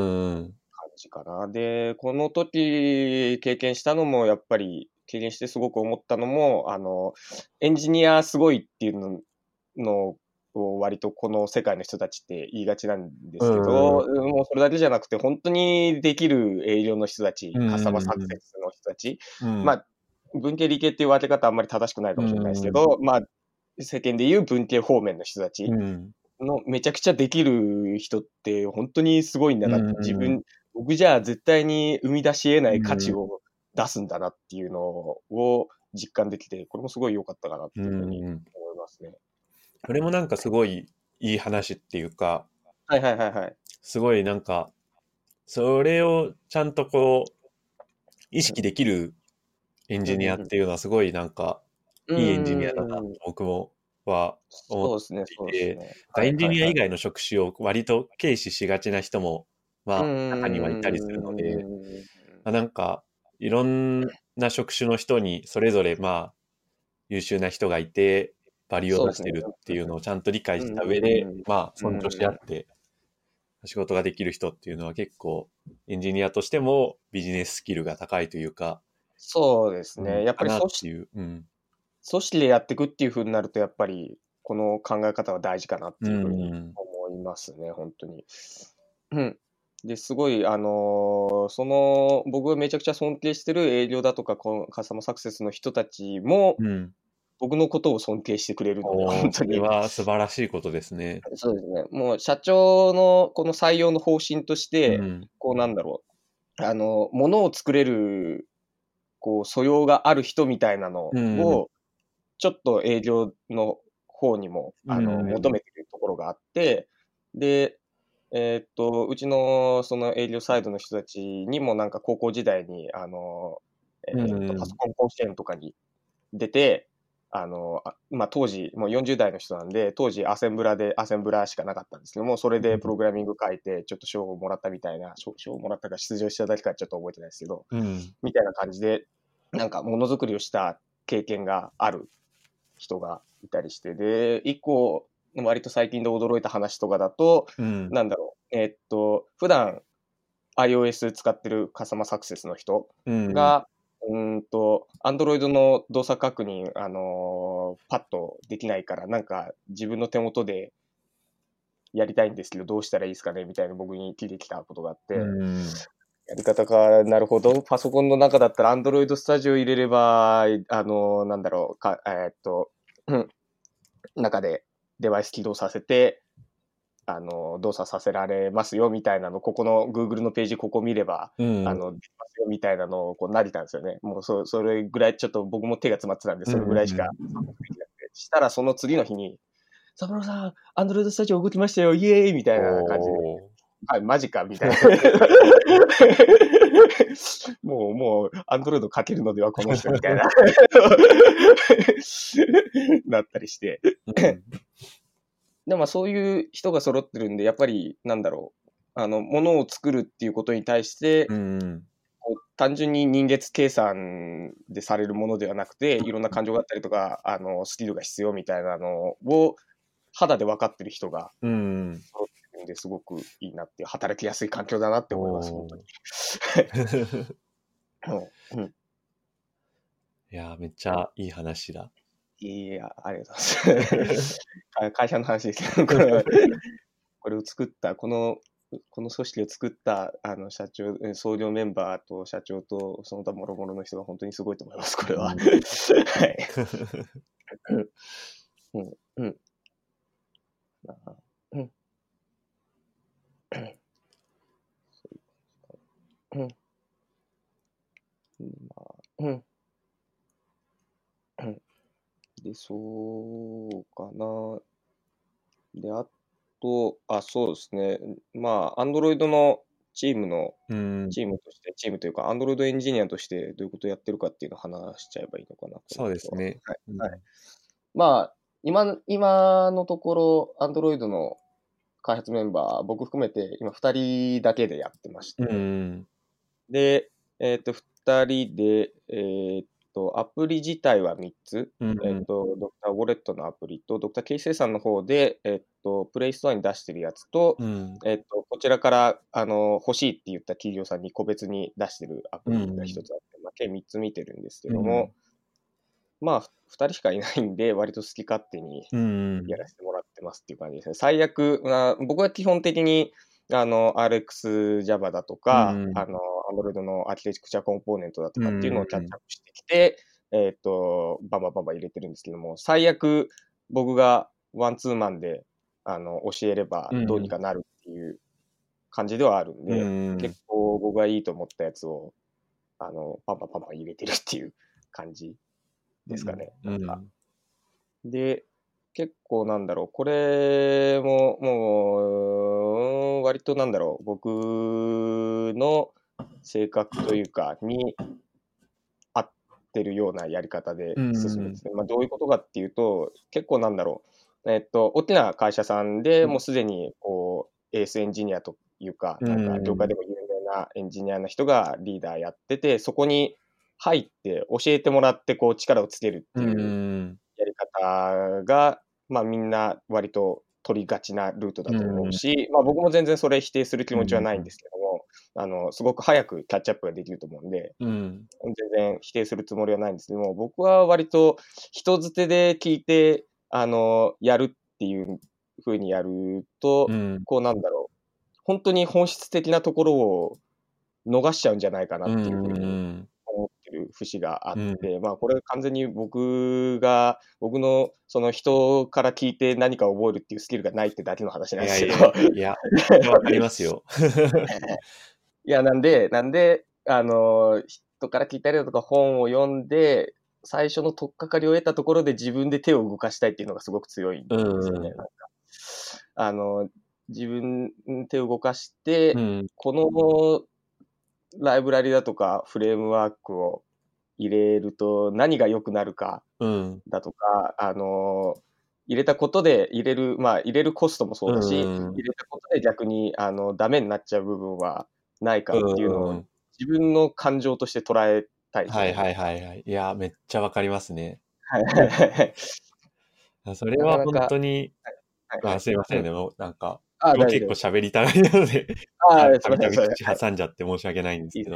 Speaker 2: 感じかな。で、この時経験したのも、やっぱり、経験してすごく思ったのも、あの、エンジニアすごいっていうののを割とこの世界の人たちって言いがちなんで
Speaker 1: う
Speaker 2: すけ
Speaker 1: ん。
Speaker 2: ど、もうそれだけじゃなくて、本当にできる営業の人たち、
Speaker 1: う
Speaker 2: カスタマーサクセ
Speaker 1: ん。
Speaker 2: スの人たち、
Speaker 1: うん。
Speaker 2: まあ、文系理系っていう分け方あんまり正しくないか
Speaker 1: う
Speaker 2: もしれないですけ
Speaker 1: ん。
Speaker 2: ど、まあ、世間でいう文系方面の人たち
Speaker 1: うん。
Speaker 2: のめちゃくちゃできる人って本当にすごいんだ
Speaker 1: う
Speaker 2: なって、自
Speaker 1: ん。
Speaker 2: 分、僕じゃあ絶対に生み出し得ない価値
Speaker 1: うん。
Speaker 2: を出すんだなっていうのを実感できて、これもすごい良かったかなっ
Speaker 1: う
Speaker 2: ていうふうに
Speaker 1: ん。
Speaker 2: 思いますね。
Speaker 1: それもなんかすごいいい話っていうか、
Speaker 2: はいはいはいはい。
Speaker 1: すごいなんか、それをちゃんとこう、意識できるエンジニアっていうのはすごいなんか、
Speaker 2: う
Speaker 1: いいエンジニアだなと
Speaker 2: ん。
Speaker 1: 僕もは思っ
Speaker 2: そうですね、
Speaker 1: てい
Speaker 2: そうです
Speaker 1: て、
Speaker 2: ね。
Speaker 1: エンジニア
Speaker 2: はいはいはい。
Speaker 1: 以外の職種を割と軽視しがちな人も、ま
Speaker 2: う
Speaker 1: あ、中にはいたりするので、
Speaker 2: ん。
Speaker 1: まあ、なんか、いろんな職種の人にそれぞれまあ、優秀な人がいて、バリューを
Speaker 2: そうですね。
Speaker 1: 出してるっていうのをちゃんと理解
Speaker 2: う
Speaker 1: した上で、
Speaker 2: ん。
Speaker 1: まあ、
Speaker 2: う
Speaker 1: 尊重し合っ
Speaker 2: ん。
Speaker 1: て仕事ができる人っていうのは結構、エンジニアとしてもビジネススキルが高いというか、
Speaker 2: そうです
Speaker 1: うん、
Speaker 2: ね。やっ
Speaker 1: かなっ
Speaker 2: ぱり組織、
Speaker 1: ていう、うん、
Speaker 2: 組織でやっていくっていう風になると、やっぱり、この考え方は大事かなっ
Speaker 1: う
Speaker 2: ていう風に
Speaker 1: ん、
Speaker 2: 思いますね、本当に。うん。で、すごい、あの、その、僕がめちゃくちゃ尊敬してる営業だとか、このカスタマーサクセスの人たちも、
Speaker 1: うん。
Speaker 2: 僕のことを尊敬してくれるので、
Speaker 1: おー、それ
Speaker 2: 本当に。
Speaker 1: は素晴らしいことですね。
Speaker 2: そうですね。もう社長のこの採用の方針として、
Speaker 1: うん、
Speaker 2: こうなんだろう、あの、ものを作れる、こう、素養がある人みたいなの
Speaker 1: うん、
Speaker 2: を、ちょっと営業の方にも、
Speaker 1: う
Speaker 2: あの、求
Speaker 1: ん、
Speaker 2: めてるところがあって、で、えーっと、うちのその営業サイドの人たちにもなんか高校時代に、あの、
Speaker 1: う
Speaker 2: えーっと、パソ
Speaker 1: ん、
Speaker 2: コン甲子園とかに出て、あの、あまあ、当時、もうよんじゅう代の人なんで、当時アセンブラで、アセンブラしかなかったんですけども、それでプログラミング書いて、ちょっと賞をもらったみたいな、賞賞をもらったか出場しただけかちょっと覚えてないですけど、
Speaker 1: うん、
Speaker 2: みたいな感じで、なんかものづくりをした経験がある人がいたりして、で、一個、割と最近で驚いた話とかだと、
Speaker 1: うん、
Speaker 2: なんだろう、えーっと、普段 iOS 使ってるカスタマーサクセスの人
Speaker 1: うん、
Speaker 2: が、 うーんと、Android の動作確認、あのーパッとできないから、なんか自分の手元でやりたいんですけど、どうしたらいいですかねみたいな僕に聞いてきたことがあって、
Speaker 1: うん。
Speaker 2: やり方か、なるほど。パソコンの中だったら Android Studio 入れれば、あのーなんだろう、か、えーっと、うん中でデバイス起動させて、あの、動作させられますよみたいなの、ここの Google のページここ見れば、
Speaker 1: うん。
Speaker 2: あの、できますよみたいなのをこう成りたんですよね。もうそ、それぐらいちょっと僕も手が詰まってたんで、それぐらいしか
Speaker 1: うん
Speaker 2: できなくて。したらその次の日に、サブローさん、Android Studio 動きましたよ、イエーイみたいな感じで、
Speaker 1: おー。
Speaker 2: はい、マジかみたいな。もう、もう、Android かけるのではこの人みたいな。なったりして。
Speaker 1: うん
Speaker 2: でもそういう人が揃ってるんで、やっぱり、なんだろう。あの、ものを作るっていうことに対して、
Speaker 1: うん
Speaker 2: こう単純に人月計算でされるものではなくて、いろんな感情があったりとか、あの、スキルが必要みたいなのを肌で分かってる人が
Speaker 1: うん
Speaker 2: 揃ってるんで、すごくいいなっていう、働きやすい環境だなって思います、本当に。うんうん
Speaker 1: いやー、めっちゃいい話だ。
Speaker 2: いや、ありがとうございます。あ会社の話ですけど、これこれを作った、この、この組織を作ったあの社長、え創業メンバーと社長とその他諸々の人が本当にすごいと思います、これは。
Speaker 1: うん
Speaker 2: はい。うん、うん。あうん。うん。まあ、うん。うんで、そうかな。で、あと、あ、そうですね。まあ、Android のチームの、
Speaker 1: うん
Speaker 2: チームとして、チームというか、Android エンジニアとしてどういうことをやってるかっていうのを話しちゃえばいいのかな、こ
Speaker 1: そう
Speaker 2: の後は。
Speaker 1: ですね。
Speaker 2: はい。
Speaker 1: うん
Speaker 2: はい。まあ、今、今のところ、Android の開発メンバー、僕含めて今ふたりだけでやってまし
Speaker 1: う
Speaker 2: て、
Speaker 1: ん
Speaker 2: で、えっと、ふたりで、えっと、アプリ自体はみっつ、
Speaker 1: うん
Speaker 2: えっと、ドクターウォレットのアプリと、ドクターケイセイさんの方で、えっと、プレイストアに出してるやつと、
Speaker 1: うん
Speaker 2: えっと、こちらから、あの、欲しいって言った企業さんに個別に出してるアプリがひとつあって、まあ、計みっつ見てるんですけども、まあ、ふたりしかいないんで、割と好き勝手に
Speaker 1: うん
Speaker 2: やらせてもらってますっていう感じですね。最悪、まあ、僕は基本的に、あの、アールエックスジャバ だとか、
Speaker 1: うん
Speaker 2: あの、Android のアーキテクチャコンポーネントだと
Speaker 1: う
Speaker 2: かっていうのをキャッチ
Speaker 1: ん
Speaker 2: アップしてきて、えっと、バンバンバンバン入れてるんですけども、最悪僕がワンツーマンで、あの、教えればどうにかなるっていう感じではあるん
Speaker 1: う
Speaker 2: で、
Speaker 1: ん
Speaker 2: 結構僕がいいと思ったやつを、あの、パンパンパンパン入れてるっていう感じですかね。
Speaker 1: うん
Speaker 2: なんかで、結構なんだろう、これももう、割となんだろう、僕の性格というか、に合ってるようなやり方で進むんですね。まあ、どういうことかっていうと、結構なんだろう、えっと、大きな会社さんでもうすでに、こう、エースエンジニアというか、なんか、業界でも有名なエンジニアの人がリーダーやってて、そこに入って教えてもらって、こう、力をつけるっていうやり方が、まあみんな割と取りがちなルートだと思うし、まあ僕も全然それ否定する気持ちはないんですけども、あの、すごく早くキャッチアップができると思うんで、
Speaker 1: うん
Speaker 2: 全然否定するつもりはないんですけども、僕は割と人づてで聞いて、あの、やるっていう風にやると、
Speaker 1: うん
Speaker 2: こうなんだろう、本当に本質的なところを逃しちゃうんじゃないかな
Speaker 1: う
Speaker 2: っていう風に
Speaker 1: ん
Speaker 2: 思ってる節があっ
Speaker 1: うん
Speaker 2: て、まあこれ完全に僕が、僕のその人から聞いて何か覚えるっていうスキルがないってだけの話なん
Speaker 1: いやい
Speaker 2: ですけど。
Speaker 1: やいや、それわかりますよ。
Speaker 2: いや、なんで、なんで、あの、人から聞いたりだとか本を読んで、最初の取っかかりを得たところで自分で手を動かしたいっていうのがすごく強いんですよね。
Speaker 1: うん
Speaker 2: なんかあの、自分手を動かして、
Speaker 1: うん
Speaker 2: このライブラリだとかフレームワークを入れると何が良くなるか
Speaker 1: うん
Speaker 2: だとか、あの、入れたことで入れる、まあ入れるコストもそうだし、
Speaker 1: うん
Speaker 2: 入れたことで逆にあのダメになっちゃう部分はないかっていうのを
Speaker 1: うん
Speaker 2: 自分の感情として捉えたいですね。
Speaker 1: はいはいはいはい。いや、めっちゃわかりますね。
Speaker 2: はいはいはい
Speaker 1: それは本
Speaker 2: なかなか、
Speaker 1: 当に、あ、
Speaker 2: はいはい。
Speaker 1: すいませんね。
Speaker 2: うん、
Speaker 1: もうなんか、
Speaker 2: あ、
Speaker 1: 僕も結構
Speaker 2: 大丈夫です。
Speaker 1: 喋りたがりなので、
Speaker 2: あ、
Speaker 1: あ、
Speaker 2: すいません、
Speaker 1: たびたび
Speaker 2: それ、はい。
Speaker 1: 口挟んじゃって申し訳ないんです
Speaker 2: いいです。
Speaker 1: けど。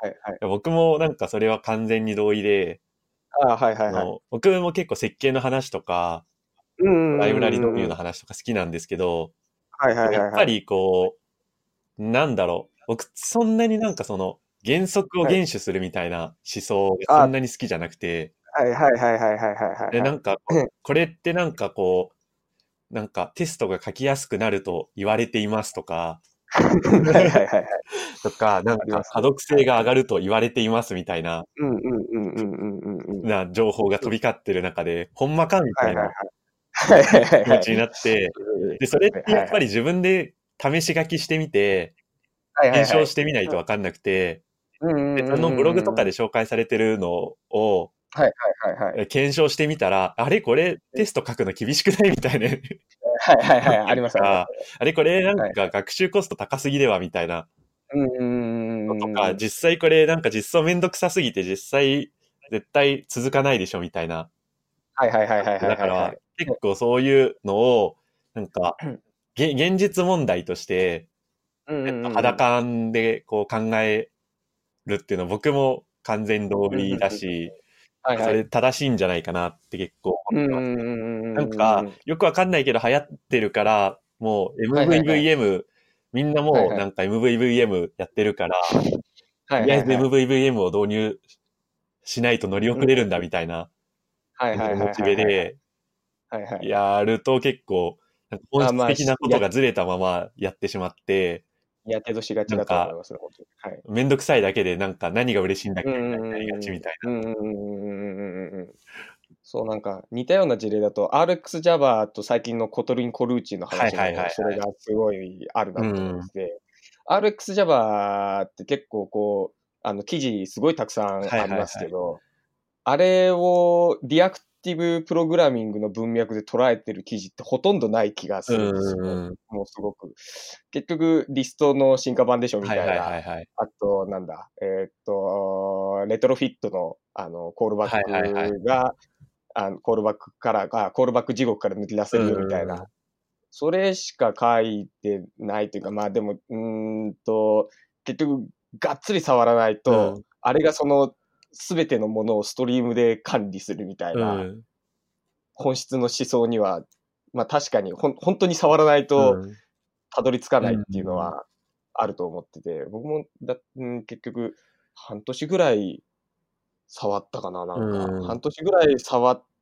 Speaker 2: はいはい。
Speaker 1: 僕もなんかそれは完全に同意で、
Speaker 2: ああ、はいはいはい。
Speaker 1: あの僕も結構設計の話とか、
Speaker 2: うんうん
Speaker 1: ライブラ
Speaker 2: うんうんうん。
Speaker 1: リ導入の話とか好きなんですけど、
Speaker 2: はいはいはいはい。
Speaker 1: やっぱりこう、なんだろう。僕、そんなになんかその、原則を
Speaker 2: はい。
Speaker 1: 厳守するみたいな思想がそ
Speaker 2: あ、
Speaker 1: んなに好きじゃなくて、
Speaker 2: はいはいはいはいはいはいはい
Speaker 1: で、
Speaker 2: はい。
Speaker 1: なんかこう、これってなんかこう、なんかテストが書きやすくなると言われていますとか、
Speaker 2: はいはいはいはい。
Speaker 1: とか、なん
Speaker 2: ありますね。
Speaker 1: か可読
Speaker 2: はいはい。
Speaker 1: 性が上がると言われていますみたいな、
Speaker 2: うんうんうんうんうんうんうん。
Speaker 1: な情報が飛び交ってる中で、ほんまかみたいな
Speaker 2: はいはいはい。はいはいはいはい。
Speaker 1: 気持ちになって、
Speaker 2: うん
Speaker 1: で、それっ
Speaker 2: ね、
Speaker 1: てやっ
Speaker 2: はいはい。
Speaker 1: ぱり自分で試し書きしてみて、
Speaker 2: はいはいはい。
Speaker 1: 検証してみないとわかんなくて、
Speaker 2: うんうん
Speaker 1: で、
Speaker 2: うんう
Speaker 1: そのブログ
Speaker 2: んうんうん。
Speaker 1: とかで紹介されてるのを、
Speaker 2: はいはいはいはい。
Speaker 1: え検証してみたら、あれこれテスト書くの厳しくないみたいな
Speaker 2: はいはいはい。
Speaker 1: なって
Speaker 2: ありますあります。
Speaker 1: るから、あれこれなん
Speaker 2: はい。
Speaker 1: か学習コスト高すぎではみたいな
Speaker 2: うんうんうん
Speaker 1: のとか、
Speaker 2: うんうんうん。
Speaker 1: 実際これなんか実装めんどくさすぎて実際絶対続かないでしょみたいな。
Speaker 2: はいはいはいはいはい
Speaker 1: だから
Speaker 2: はいはい。
Speaker 1: 結構そういうのを、なんか、げ現実問題として、
Speaker 2: うんうん
Speaker 1: えっと、
Speaker 2: うんうん。
Speaker 1: 肌感でこう考えるっていうのは僕も完全同意
Speaker 2: うんうんうん。
Speaker 1: だし、そ
Speaker 2: はいはい。
Speaker 1: れ正しいんじゃないかなって結構思
Speaker 2: うんう
Speaker 1: ってます。
Speaker 2: んうんうんう
Speaker 1: なんか、
Speaker 2: んうんうん。
Speaker 1: よくわかんないけど流行ってるから、もう
Speaker 2: はいはいはい。
Speaker 1: エムブイブイエム、みんな
Speaker 2: はいはい。
Speaker 1: もうなんか エムブイブイエム やってるから、
Speaker 2: は
Speaker 1: とりあえず
Speaker 2: いはいはい。
Speaker 1: エムブイブイエム を導入しないと乗り
Speaker 2: うん
Speaker 1: 遅れるんだ
Speaker 2: うん。
Speaker 1: みたいな
Speaker 2: はいはいはい
Speaker 1: 感じのモチ
Speaker 2: はいはいはい。
Speaker 1: ベで
Speaker 2: はいはい。
Speaker 1: やると結構、なんか本
Speaker 2: あ、まあ、
Speaker 1: 質的な
Speaker 2: しや
Speaker 1: ことがずれたままやってしまって、
Speaker 2: やけどしがちだと思い
Speaker 1: なんか、
Speaker 2: ますね、ほんとに。はい。
Speaker 1: めんどくさいだけでなんか何が嬉しいんだっけみたい
Speaker 2: うんうん
Speaker 1: になりがち
Speaker 2: うんうん。
Speaker 1: みたい
Speaker 2: うんうんうんうんうんうんうんうん。そう、なんか似たような事例だと、アールエックスジャバ と最近のコトリン・コルーチンの
Speaker 1: な。はい
Speaker 2: 話も、
Speaker 1: はいはいはい。
Speaker 2: それがすごいあるなって思っ
Speaker 1: うん。
Speaker 2: てて、アールエックスジャバ って結構こう、あの、記事すごいたくさん
Speaker 1: はい
Speaker 2: ありま
Speaker 1: はいはい。
Speaker 2: すけど、あれをリアクティブプログラミングの文脈で捉えてる記事ってほとんどない気が
Speaker 1: う
Speaker 2: するんですよね。
Speaker 1: んうん。
Speaker 2: もうすごく。結局、リストの進化版でしょみ
Speaker 1: はいはいは
Speaker 2: たいな。
Speaker 1: いはい。
Speaker 2: あと、なんだ、えーっと、レトロフィットの、あの、コールバッ
Speaker 1: はいはいはい。
Speaker 2: クが、あの、コールバックから、あ、コールバック地獄から抜き出せ
Speaker 1: う
Speaker 2: るよみたいな。
Speaker 1: ん。
Speaker 2: それしか書いてないというか、まあでも、うーんと、結局、がっつり触らないと、
Speaker 1: うん。
Speaker 2: あれがその、すべてのものをストリームで管理するみたい
Speaker 1: う
Speaker 2: な
Speaker 1: ん。
Speaker 2: 本質の思想には、まあ確かにほん本当に触らないと
Speaker 1: うん。
Speaker 2: たどり着か
Speaker 1: う
Speaker 2: ないっていうの
Speaker 1: ん。
Speaker 2: はあると思ってて、僕もだ、うん、結局半年ぐらい触ったかな、なんか。
Speaker 1: うん。
Speaker 2: 半年ぐらい触って、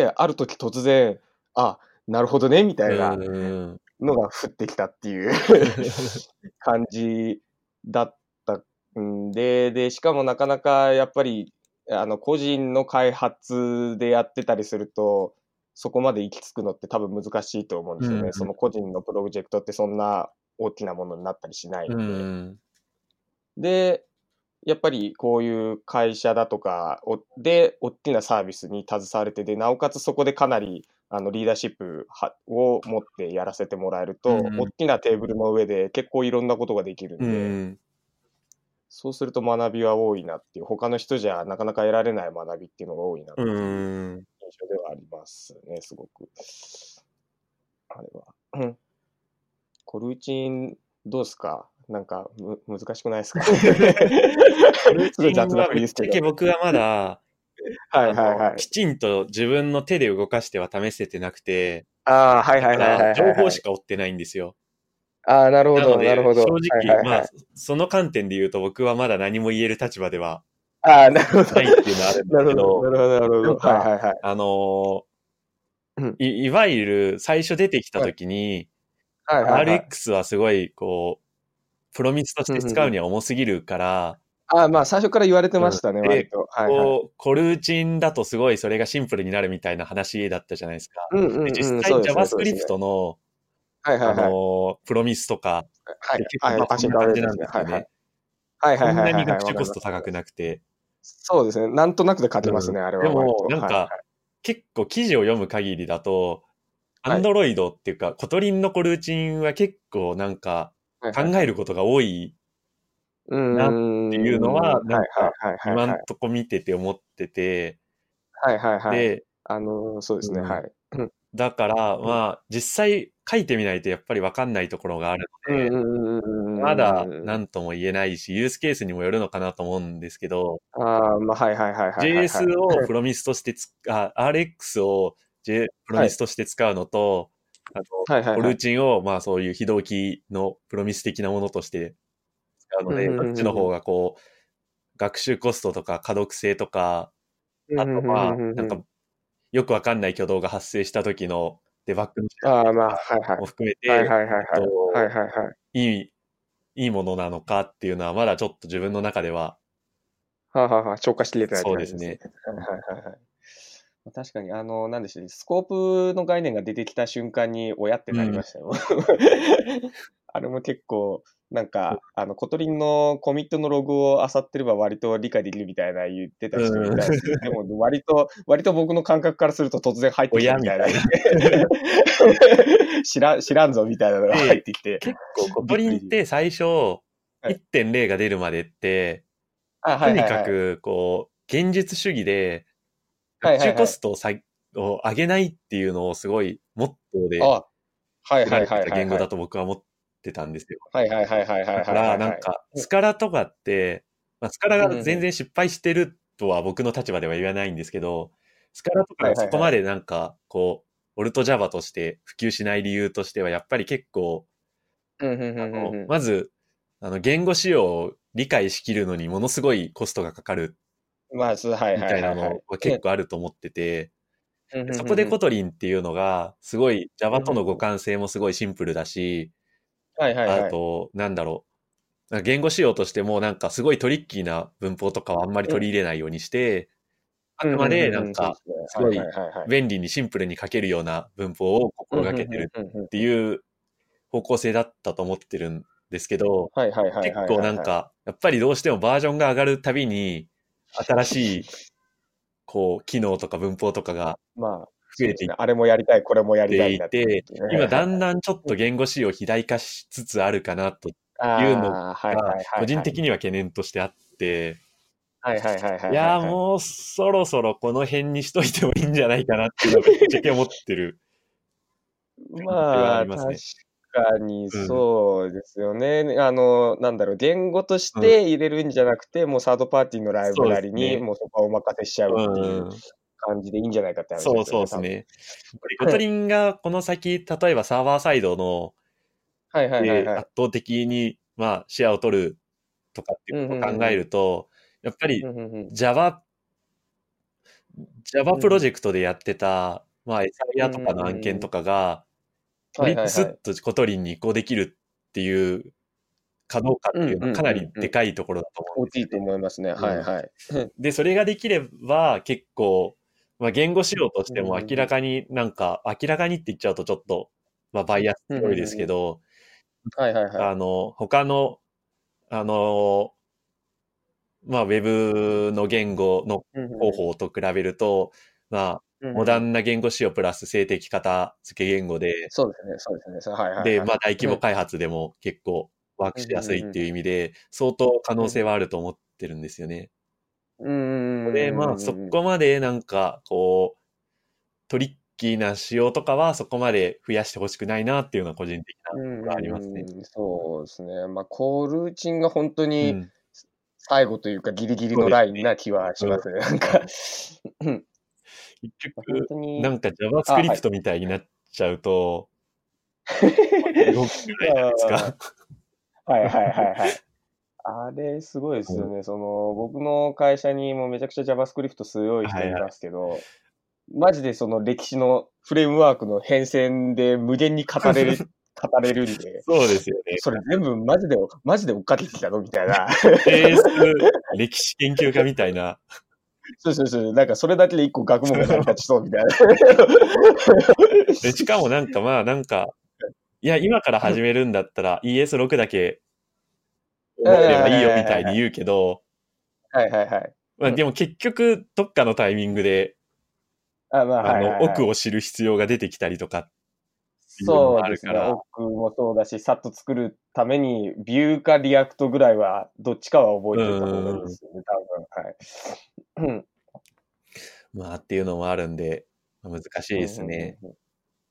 Speaker 2: ある時突然、あ、なるほどね、みたいな
Speaker 1: うん。
Speaker 2: のが降ってきたっていう感じだったんで、で、しかもなかなかやっぱり、あの、個人の開発でやってたりすると、そこまで行き着くのって多分難しいと思うんですよね。そ
Speaker 1: うん。
Speaker 2: の個人のプロジェクトってそんな大きなものになったりしない
Speaker 1: う
Speaker 2: ので。
Speaker 1: ん。
Speaker 2: で、やっぱりこういう会社だとかをで、大きなサービスに携われて、で、なおかつそこでかなりあのリーダーシップはを持ってやらせてもらえると、大
Speaker 1: うん。
Speaker 2: きなテーブルの上で結構いろんなことができる
Speaker 1: う
Speaker 2: んで、
Speaker 1: ん。
Speaker 2: そうすると学びは多いなっていう、他の人じゃなかなか得られない学びっていうのが多いなっ
Speaker 1: う
Speaker 2: ていう
Speaker 1: ん。
Speaker 2: 印象ではありますね、すごく。あれは。うん。コルーチン、どうすか？なんか、む難しくないですか？
Speaker 1: ルー
Speaker 2: すごい雑な
Speaker 1: チンはぶっ
Speaker 2: 振りですけど。
Speaker 1: ちゃけ僕はまだ、
Speaker 2: はい
Speaker 1: あの、
Speaker 2: はいはい。
Speaker 1: きちんと自分の手で動かしては試せてなくて、
Speaker 2: ああ、はい
Speaker 1: だから
Speaker 2: はいはいはいはいはい。
Speaker 1: 情報しか追ってないんですよ。
Speaker 2: ああ、なるほどなる
Speaker 1: なので、
Speaker 2: ほど。はいは
Speaker 1: 正直、まあ、
Speaker 2: いはい。
Speaker 1: その観点で言うと僕はまだ何も言える立場では
Speaker 2: ああ、なるほど。
Speaker 1: ないっていうのはあるんで
Speaker 2: なるほど
Speaker 1: すけど、
Speaker 2: なるほどなるほど。はい
Speaker 1: なんか、
Speaker 2: はいはい。
Speaker 1: あの、
Speaker 2: うん。
Speaker 1: いいわゆる最初出てきた
Speaker 2: はい。
Speaker 1: 時に、
Speaker 2: はいはいはい。
Speaker 1: アールエックス はすごいこう、プロミスとし
Speaker 2: ふん
Speaker 1: て
Speaker 2: ふんふん。
Speaker 1: 使うには重すぎるから、
Speaker 2: ああ、まあ、最初から言われて
Speaker 1: うん。
Speaker 2: ましたね、割
Speaker 1: で、
Speaker 2: と。はいはい。
Speaker 1: こう、コルーチンだとすごいそれがシンプルになるみたいな話だったじゃないですか。
Speaker 2: うんう
Speaker 1: で、実
Speaker 2: んうん、
Speaker 1: 際
Speaker 2: そうですねそうですね。
Speaker 1: JavaScript の、あ
Speaker 2: はいはいはい。
Speaker 1: の、プロミスとかっ
Speaker 2: はい、
Speaker 1: て結構、
Speaker 2: はい、
Speaker 1: ま、
Speaker 2: アシン
Speaker 1: そんな感じなん
Speaker 2: カレですね。はいはい。
Speaker 1: ですよね。
Speaker 2: はいはい
Speaker 1: そんな
Speaker 2: はいはいはい、
Speaker 1: に学習コ
Speaker 2: わかり
Speaker 1: スト高く
Speaker 2: ますわかります。
Speaker 1: なくて。
Speaker 2: そうですね、なんとなくで書けま
Speaker 1: うん。
Speaker 2: すね、あれ
Speaker 1: でも、
Speaker 2: は割と。はいはい。
Speaker 1: なんか、結構記事を読む限りだと、
Speaker 2: はい。
Speaker 1: Android っていうか、コトリンのコルーチンは結構なんか、
Speaker 2: はいはいはい。
Speaker 1: 考えることが多い
Speaker 2: うー
Speaker 1: なっていうの
Speaker 2: ん、
Speaker 1: は、
Speaker 2: はい
Speaker 1: なんか、
Speaker 2: はいはいはいはい。
Speaker 1: 今んとこ見てて思ってて、
Speaker 2: はいはいはい。
Speaker 1: で、
Speaker 2: あの、そうですね、
Speaker 1: うん。
Speaker 2: はい。うん、
Speaker 1: だから、
Speaker 2: うん。
Speaker 1: まあ、実際書いてみないとやっぱり分かんないところがある
Speaker 2: うん
Speaker 1: ので、
Speaker 2: うんうんうんうん
Speaker 1: まだ
Speaker 2: うんうん。
Speaker 1: 何とも言えないし、ユースケースにもよるのかなと思うんですけど、
Speaker 2: ああ、まあ、はいはいはいはいはいは
Speaker 1: ジェイエス
Speaker 2: い。
Speaker 1: をプロミスとしてつ、あ、アールエックス を J プロ
Speaker 2: はい。
Speaker 1: ミスとして使うのと、あの、コルー
Speaker 2: はいはいはい。
Speaker 1: チンを、まあそういう非同期のプロミス的なものとして使うので、
Speaker 2: うんうん
Speaker 1: どっちの方
Speaker 2: うんうん。
Speaker 1: がこう、学習コストとか可読性とか、あと
Speaker 2: うんうんうん
Speaker 1: まあ、
Speaker 2: うんうん。
Speaker 1: なんかよくわかんない挙動が発生した時のデバッグのしやす
Speaker 2: ああ、まあ、
Speaker 1: さとか
Speaker 2: はいはい。
Speaker 1: も含め
Speaker 2: はい
Speaker 1: て、
Speaker 2: はいはいはい。
Speaker 1: えっと、
Speaker 2: はいはいはい。
Speaker 1: いい、いいものなのかっていうのはまだちょっと自分の中では、
Speaker 2: はあはあはあ、消化しきれてないって感じですね。
Speaker 1: そうですね。
Speaker 2: はいはいはいはい。ま確かに、あの、なんでしょうね、スコープの概念が出てきた瞬間に、親って
Speaker 1: うん。
Speaker 2: なりましたよ。あれも結構、なんか、あの、コトリンのコミットのログを漁ってれば割と理解できるみたいな言ってた人
Speaker 1: うん。
Speaker 2: いたし、でも割と、割と僕の感覚からすると突然入ってきたみたいな。
Speaker 1: 親みたいな。
Speaker 2: 知らん、知らんぞみたいなのが入っ
Speaker 1: で、
Speaker 2: てきて、
Speaker 1: 結構コト
Speaker 2: びっくり。
Speaker 1: リンって最初、
Speaker 2: はい。
Speaker 1: いってんゼロ が出るまでって、
Speaker 2: あ、は
Speaker 1: とに
Speaker 2: いはいはい。
Speaker 1: かく、こう、現実主義で、学習コ
Speaker 2: はいはいはい。
Speaker 1: ストをさを上げないっていうのをすごいモットーで
Speaker 2: あ、はい
Speaker 1: 作ら
Speaker 2: はい
Speaker 1: れてた言語
Speaker 2: はいはいはい。
Speaker 1: だと僕は思ってたんですよ。
Speaker 2: はいはいはいはいはいはい
Speaker 1: だから、
Speaker 2: はいはい。
Speaker 1: なんか、スカラとかって、まあ、スカラが
Speaker 2: うんうんうん。
Speaker 1: 全然失敗してるとは僕の立場では言わないんですけど、スカラとか
Speaker 2: はいはいはい。
Speaker 1: がそこまでなんか、こう、オルト Java として普及しない理由としては、やっぱり結構、
Speaker 2: うん、ふんふんふ
Speaker 1: あの、
Speaker 2: んふん。
Speaker 1: まず、あの、言語仕様を理解しきるのにものすごいコストがかかる
Speaker 2: まあ、そう、はいはい
Speaker 1: みたいな
Speaker 2: はいはい。
Speaker 1: のは結構あると思ってて、
Speaker 2: ふんふん
Speaker 1: そこでコ
Speaker 2: ふんふん。
Speaker 1: トリンっていうのが、すごい
Speaker 2: ふ
Speaker 1: Java との互
Speaker 2: んふんふん。
Speaker 1: 換性もすごいシンプルだし、
Speaker 2: はいはいはい。
Speaker 1: あと、なんだろう。言語仕様としてもなんかすごいトリッキーな文法とかはあんまり
Speaker 2: うん。
Speaker 1: 取り入れないようにして、あ
Speaker 2: うん、
Speaker 1: くま
Speaker 2: ふんふんふん、そうで
Speaker 1: でなんか
Speaker 2: すね。はいはい
Speaker 1: すごい
Speaker 2: はいはい。
Speaker 1: 便利にシンプルに書けるような文法を
Speaker 2: うん、
Speaker 1: 心が
Speaker 2: ふんふん
Speaker 1: けてるっ
Speaker 2: ふんふんふん。
Speaker 1: ていう方向性だったと思ってるんですけど、
Speaker 2: はいはいはい
Speaker 1: 結構
Speaker 2: はいはいはい。
Speaker 1: なんか、やっぱりどうしてもバージョンが上がるたびに、新しい、こう、機能とか文法とかが
Speaker 2: まあ、
Speaker 1: 増えていっ
Speaker 2: そうですね。あれもやりたい、これもやりた
Speaker 1: て
Speaker 2: いになってくるっ
Speaker 1: いて、
Speaker 2: ていうね。はい
Speaker 1: 今だん
Speaker 2: はいはい。
Speaker 1: だんちょっと
Speaker 2: うん。
Speaker 1: 言語仕様肥大化しつつあるかなというの
Speaker 2: ああ、はい
Speaker 1: が、
Speaker 2: はいは
Speaker 1: 個人
Speaker 2: いはい。
Speaker 1: 的には懸念としてあって、
Speaker 2: はいはいはいはいはい
Speaker 1: いやー
Speaker 2: はい。
Speaker 1: もうそろそろこの辺にしといてもいいんじゃないかなっていうのはぶっちゃけ思ってる感じはあ
Speaker 2: まあ、確
Speaker 1: りますね。
Speaker 2: かに
Speaker 1: うん。
Speaker 2: そうですよね。あの、なんだろう、言語とし
Speaker 1: うん。
Speaker 2: て入れるんじゃなくて、もうサードパーティーのライブ
Speaker 1: そうで
Speaker 2: ラリに、
Speaker 1: すね。
Speaker 2: もうそこはお任せしちゃうっていう
Speaker 1: うん。
Speaker 2: 感じでいいんじゃないかって話
Speaker 1: そう
Speaker 2: ですよね、多分。
Speaker 1: そうですね。やっぱりコトリンがこの先、例えばサーバーサイドの
Speaker 2: はいはいはい
Speaker 1: で
Speaker 2: はい。
Speaker 1: 圧倒的に、まあ、シェアを取るとかっていう
Speaker 2: うん、
Speaker 1: ことを考え
Speaker 2: ふんふんふん。
Speaker 1: ると、やっぱり
Speaker 2: うん、ふんふん。
Speaker 1: Java、Java
Speaker 2: うん、ふん。
Speaker 1: プロジェクトでやってた、まあ、エサイアと
Speaker 2: うん、
Speaker 1: かの案件と
Speaker 2: ふんふん。
Speaker 1: かが、よ
Speaker 2: はい
Speaker 1: りスッ
Speaker 2: はいはい。
Speaker 1: とコトリンに移行できるっていうかどうかっていう
Speaker 2: うんうん
Speaker 1: のはかなり
Speaker 2: うんうん。
Speaker 1: でかいところだと思うん
Speaker 2: 大きいと
Speaker 1: ですよね。
Speaker 2: 思いますね。はい
Speaker 1: うん。
Speaker 2: はい。
Speaker 1: で、それができれば結構、まあ、言語仕様とし
Speaker 2: うん、
Speaker 1: ても
Speaker 2: ふんふん。
Speaker 1: 明らかになんか、明らかにって言っちゃうとちょっと、まあ、バイアス
Speaker 2: ふんふ
Speaker 1: 強いです
Speaker 2: んふんふん。
Speaker 1: けど、
Speaker 2: はいはいはい。
Speaker 1: あの、他の、あの、まあ、ウェブの言語の
Speaker 2: うん、ふん
Speaker 1: 方
Speaker 2: ふん。
Speaker 1: 法と比べると、まあ、
Speaker 2: うん、ふ
Speaker 1: モ
Speaker 2: んふん。
Speaker 1: ダンな言語仕様プラス静的型付け言語で、
Speaker 2: そうですねそうですね。そはいはい
Speaker 1: で、
Speaker 2: はい。
Speaker 1: まあ、大規
Speaker 2: うん。
Speaker 1: 模開発でも結構ワーク
Speaker 2: うん、
Speaker 1: しや
Speaker 2: ふんふんふん。
Speaker 1: すいっていう意味で、相当可能
Speaker 2: うん、ふん。
Speaker 1: 性はあると思ってるんですよね。
Speaker 2: うんうん
Speaker 1: で、まあ、そ
Speaker 2: うんうんうんうんうん。
Speaker 1: こまでなんか、こう、トリッキーな仕様とかはそこまで増やしてほしくないなっていうのは個人的な
Speaker 2: うん
Speaker 1: ところはありますね。
Speaker 2: うんうん、そうですね。ま、コールーチンがほんとに、
Speaker 1: うん。
Speaker 2: 最後というかギリギリ
Speaker 1: そうです
Speaker 2: のラインな気はし
Speaker 1: ね。うん。
Speaker 2: ますね、なんか。うん。
Speaker 1: 結
Speaker 2: ま、ほん
Speaker 1: 局、
Speaker 2: とに
Speaker 1: なんか
Speaker 2: あ、はい。
Speaker 1: JavaScript みたいになっちゃうと、動くじゃないじゃ
Speaker 2: まあまあ
Speaker 1: ないですか。
Speaker 2: まあまあ。はいはいはいはい。あれすごいで
Speaker 1: うん。
Speaker 2: すよね。その、僕の会社にもめちゃくちゃ JavaScript 強い人いま
Speaker 1: はいはい。
Speaker 2: すけど、マジでその歴史のフレームワークの変遷で無限に語れる語れるんで、
Speaker 1: そうですよね。
Speaker 2: それ全部マジでマジで追っかけてきたのみたいな。
Speaker 1: ジェイエス 歴史研究家みたいな。
Speaker 2: そうそうそう、なんかそれだけでいっこ学問が成り立ちそうみたいな。
Speaker 1: で、しかもなんかまあ、なんか、いや、今から始めるんだったら イーエスろく だけ
Speaker 2: うん、はい
Speaker 1: 覚えればいいよみ
Speaker 2: はいはいはい。
Speaker 1: たいに言うけど、
Speaker 2: はいはいはい。
Speaker 1: まあ、でも結局どっかのタイミングで、
Speaker 2: あ、まあ、
Speaker 1: あの、
Speaker 2: はいはいはい。
Speaker 1: 奥を知る必要が出てきたりとかっていうのも
Speaker 2: そうですね、
Speaker 1: あるから、
Speaker 2: 奥もそうだし、さっと作るために、ビューかリアクトぐらいは、どっちかは覚
Speaker 1: う
Speaker 2: えといた方がいい
Speaker 1: んうん。
Speaker 2: ですよね、多分、はい。うん。
Speaker 1: まあっていうのもあるんで、ま難しい
Speaker 2: うん、
Speaker 1: ですね。
Speaker 2: ふんふんふん。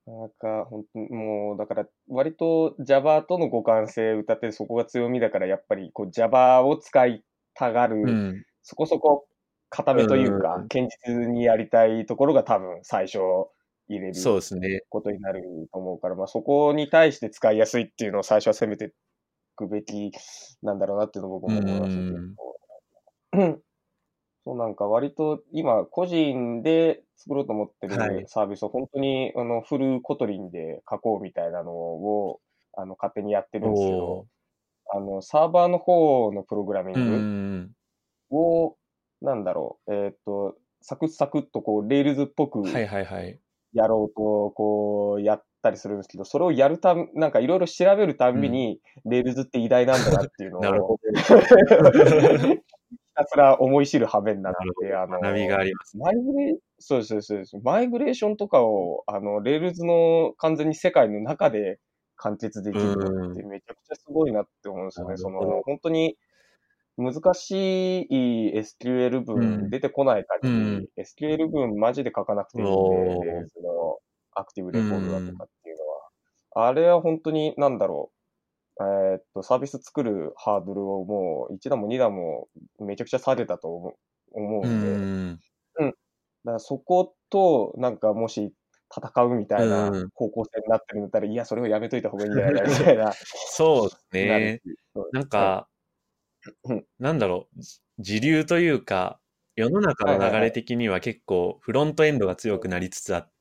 Speaker 2: なんか、本当にもう、だから、割と Java との互換性歌ってそこが強みだから、やっぱりこう Java を使いたがる、
Speaker 1: うん。
Speaker 2: そこそこ固めというか、
Speaker 1: うん。
Speaker 2: 堅実にやりたいところが多分最初入れる
Speaker 1: そうですね。
Speaker 2: ことになると思うから、まあそこに対して使いやすいっていうのを最初は攻めていくべきなんだろうなっていうのを僕
Speaker 1: う
Speaker 2: も思いますね、結
Speaker 1: ん。
Speaker 2: 構。そうなんか割と今個人で作ろうと思ってる
Speaker 1: はい。
Speaker 2: サービスを本当にあのフルコトリンで書こうみたいなのをあの勝手にやってるんですけど、
Speaker 1: おー。
Speaker 2: あのサーバーの方のプログラミ
Speaker 1: う
Speaker 2: ング
Speaker 1: ん。
Speaker 2: を、なんだろう、えーっと、サクッサクッとこう、レールズっぽく
Speaker 1: はいはいはい。
Speaker 2: やろうと、こう、やったりするんですけど、それをやるたん、なんかいろいろ調べるた
Speaker 1: うん。
Speaker 2: んびに、レールズって偉大なんだなっていうのを、
Speaker 1: なるほど。
Speaker 2: ひたすら思い知る羽目になって、
Speaker 1: なるほど。
Speaker 2: あの、
Speaker 1: 学びがありますね。
Speaker 2: マイグレそうですそうですそうです。マイグレーションとかを、あの、レールズの完全に世界の中で完結で
Speaker 1: う
Speaker 2: きるのっ
Speaker 1: ん。
Speaker 2: てめちゃくちゃすごいなって思うんですよね。
Speaker 1: なる
Speaker 2: その、
Speaker 1: ほど。
Speaker 2: 本当に難しい エスキューエル
Speaker 1: うん。
Speaker 2: 文出てこない
Speaker 1: うん。
Speaker 2: 限り、エスキューエル 文マジで書かなくていいんで、レー
Speaker 1: おー。
Speaker 2: ルズのアクティブ
Speaker 1: う
Speaker 2: レコードだと
Speaker 1: ん。
Speaker 2: かっていうのは。あれは本当になんだろう。えーっと、サービス作るハードルをもういちだんもにだんもめちゃくちゃ下げたと思う思
Speaker 1: う
Speaker 2: うんで、
Speaker 1: ん。
Speaker 2: うん。だからそことなんかもし戦うみたいな
Speaker 1: うん。
Speaker 2: 方向性になってるんだったら、いや、それをやめといた方がいいんじゃないかみたいな、
Speaker 1: そうですね。
Speaker 2: なるし。そうはい。
Speaker 1: なんか、
Speaker 2: うん。
Speaker 1: なんだろう、じ時流というか、世の中の流
Speaker 2: はいはいはい。
Speaker 1: れ的には結構フロントエンドが強くなりつつあって、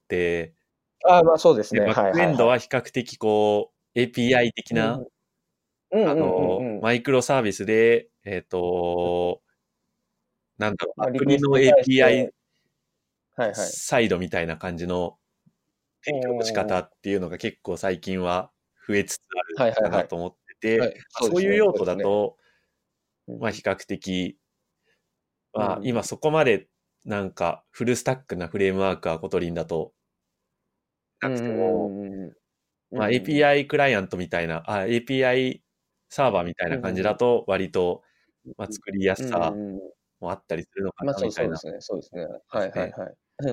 Speaker 2: ああ、まあ、そうです
Speaker 1: で、
Speaker 2: ね。
Speaker 1: バックエンド
Speaker 2: はいはいはい。
Speaker 1: は比較的こう、エーピーアイ 的な、
Speaker 2: うんうん。うん
Speaker 1: あ
Speaker 2: うんうん
Speaker 1: の、
Speaker 2: うん。
Speaker 1: マイクロサービスで、えっと、なんだろう、ア
Speaker 2: まあ、リ
Speaker 1: プリの
Speaker 2: クエストに対して
Speaker 1: エーピーアイ
Speaker 2: はいはい。
Speaker 1: サイドみたいな感じの
Speaker 2: うん
Speaker 1: 提供の仕
Speaker 2: うんうん。
Speaker 1: 方っていうのが結構最近は増えつつあるか
Speaker 2: はいはいはい。
Speaker 1: なと思ってて、
Speaker 2: はい、
Speaker 1: ま、
Speaker 2: そうですね
Speaker 1: そういう用途
Speaker 2: そうですね。
Speaker 1: だと、
Speaker 2: うん
Speaker 1: ま、比較的、まあ、
Speaker 2: うん。うん。
Speaker 1: 今そこまでなんかフルスタックなフレームワークはコトリンだとなく
Speaker 2: うんうん
Speaker 1: ても、
Speaker 2: うんうんうん。う
Speaker 1: まあ、
Speaker 2: んうんうん。
Speaker 1: エーピーアイ クライアントみたいな、あ、エーピーアイ サーバーみたいな感じ
Speaker 2: うんうんうん。
Speaker 1: だと、割と、ま、
Speaker 2: うん。
Speaker 1: 作りやす
Speaker 2: うん
Speaker 1: さ
Speaker 2: うんうん。
Speaker 1: もあったりするのか
Speaker 2: ま、そう
Speaker 1: なみたいな
Speaker 2: そうですねそうですね。はいはい
Speaker 1: ますね。
Speaker 2: はい。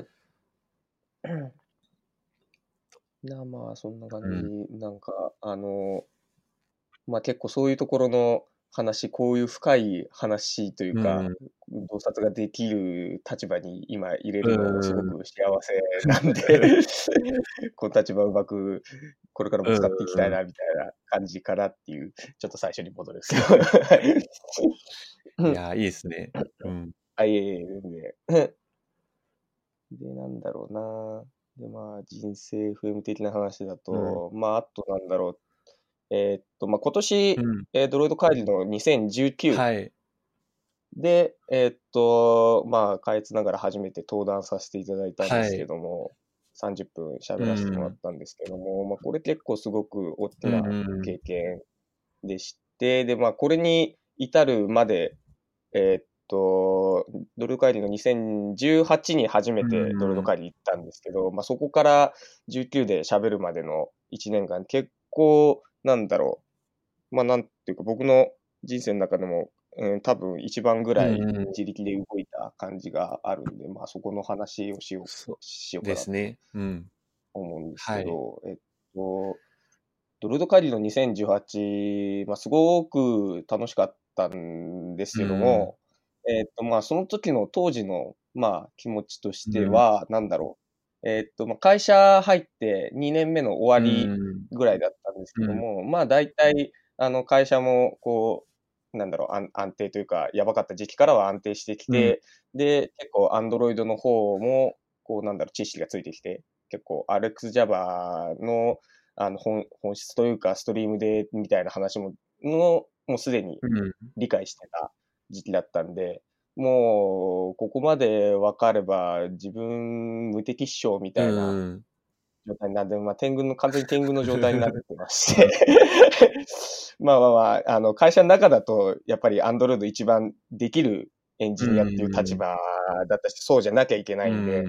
Speaker 2: な、まあ、そんな感じ、
Speaker 1: うん。
Speaker 2: なんか、あの、ま、結構そういうところの話、こういう深い話というか、
Speaker 1: うんうん。
Speaker 2: 洞察ができる立場に今いれ
Speaker 1: う
Speaker 2: るのす
Speaker 1: んうんうん。
Speaker 2: ごく幸せなんで、この立場をうまくこれからも
Speaker 1: うん
Speaker 2: 使っていきたい
Speaker 1: うんうん。
Speaker 2: なみたいな感じかなっていう、ちょっと最初に戻るんですけど。はい。うん。
Speaker 1: いや、いいっすね。うん。
Speaker 2: あ、いえいえ、全然。で、なんだろうな。で、まあ、人生 エフエム 的な話だ
Speaker 1: うん。
Speaker 2: と、まあ、あとなんだろう。えーっと、まあ、今年、
Speaker 1: うん。
Speaker 2: えードロイド会議のにせんじゅうきゅう
Speaker 1: はい。
Speaker 2: で、えーっと、まあ、僭越ながら初めて登壇させていただいたんですけ
Speaker 1: はい。
Speaker 2: ども、さんじゅっぷん
Speaker 1: う
Speaker 2: 喋らせてもらっ
Speaker 1: ん。
Speaker 2: たんですけども、まあ、これ結構すごく大き
Speaker 1: うん
Speaker 2: な
Speaker 1: うん。
Speaker 2: 経験でして、で、まあ、これに至るまで、えーっと、ドル会議のにせんじゅうはちに初め
Speaker 1: う
Speaker 2: てドル
Speaker 1: んうん。
Speaker 2: 会議行ったんですけど、まあ、そこからじゅうきゅうで喋るまでのいちねんかん、結構、なんだろう、まあ、なんていうか、僕の人生の中でも、うん、多分一番ぐらい
Speaker 1: うんうん。
Speaker 2: 自力で動いた感じがあるんで、まあ、そこの話をしよう
Speaker 1: そう
Speaker 2: しようかなと
Speaker 1: ですね。うん。
Speaker 2: 思うんです
Speaker 1: はい。
Speaker 2: けど、えっとドルードカリーのにせんじゅうはち、まあ、すごく楽しかったんです
Speaker 1: う
Speaker 2: けど
Speaker 1: ん。
Speaker 2: も、えっと、まあ、その時の当時の、まあ、気持ちとし
Speaker 1: うん。
Speaker 2: ては、なんだろう。えっと、まあ、会社入ってにねんめの終わ
Speaker 1: う
Speaker 2: り
Speaker 1: ん。
Speaker 2: ぐらいだったんですけ
Speaker 1: うん。
Speaker 2: ども、まあ、大体、あの、会社も、こう、なんだろう、安安定というか、やばかった時期からは安定してき
Speaker 1: うん。
Speaker 2: て、で、結構アンドロイドの方も、こう、なんだろう、知識がついてきて、結構 アールエックスジャバ のあの、本本質というか、ストリームでみたいな話もの、もうすでに
Speaker 1: うん。
Speaker 2: 理解してた時期だったんで、もうここまで分かれば、自分無敵っしょみ
Speaker 1: う
Speaker 2: たいな
Speaker 1: ん。
Speaker 2: 状態なんで、まあ、天狗の完全に天狗の状態になってまし
Speaker 1: うん。
Speaker 2: て。まあまあまあ、あの、会社の中だとやっぱり Android 一番できるエン
Speaker 1: う
Speaker 2: ジニアっていう立
Speaker 1: ん。
Speaker 2: 場だったし、そうじゃなきゃいけな
Speaker 1: う
Speaker 2: いんで、
Speaker 1: ん。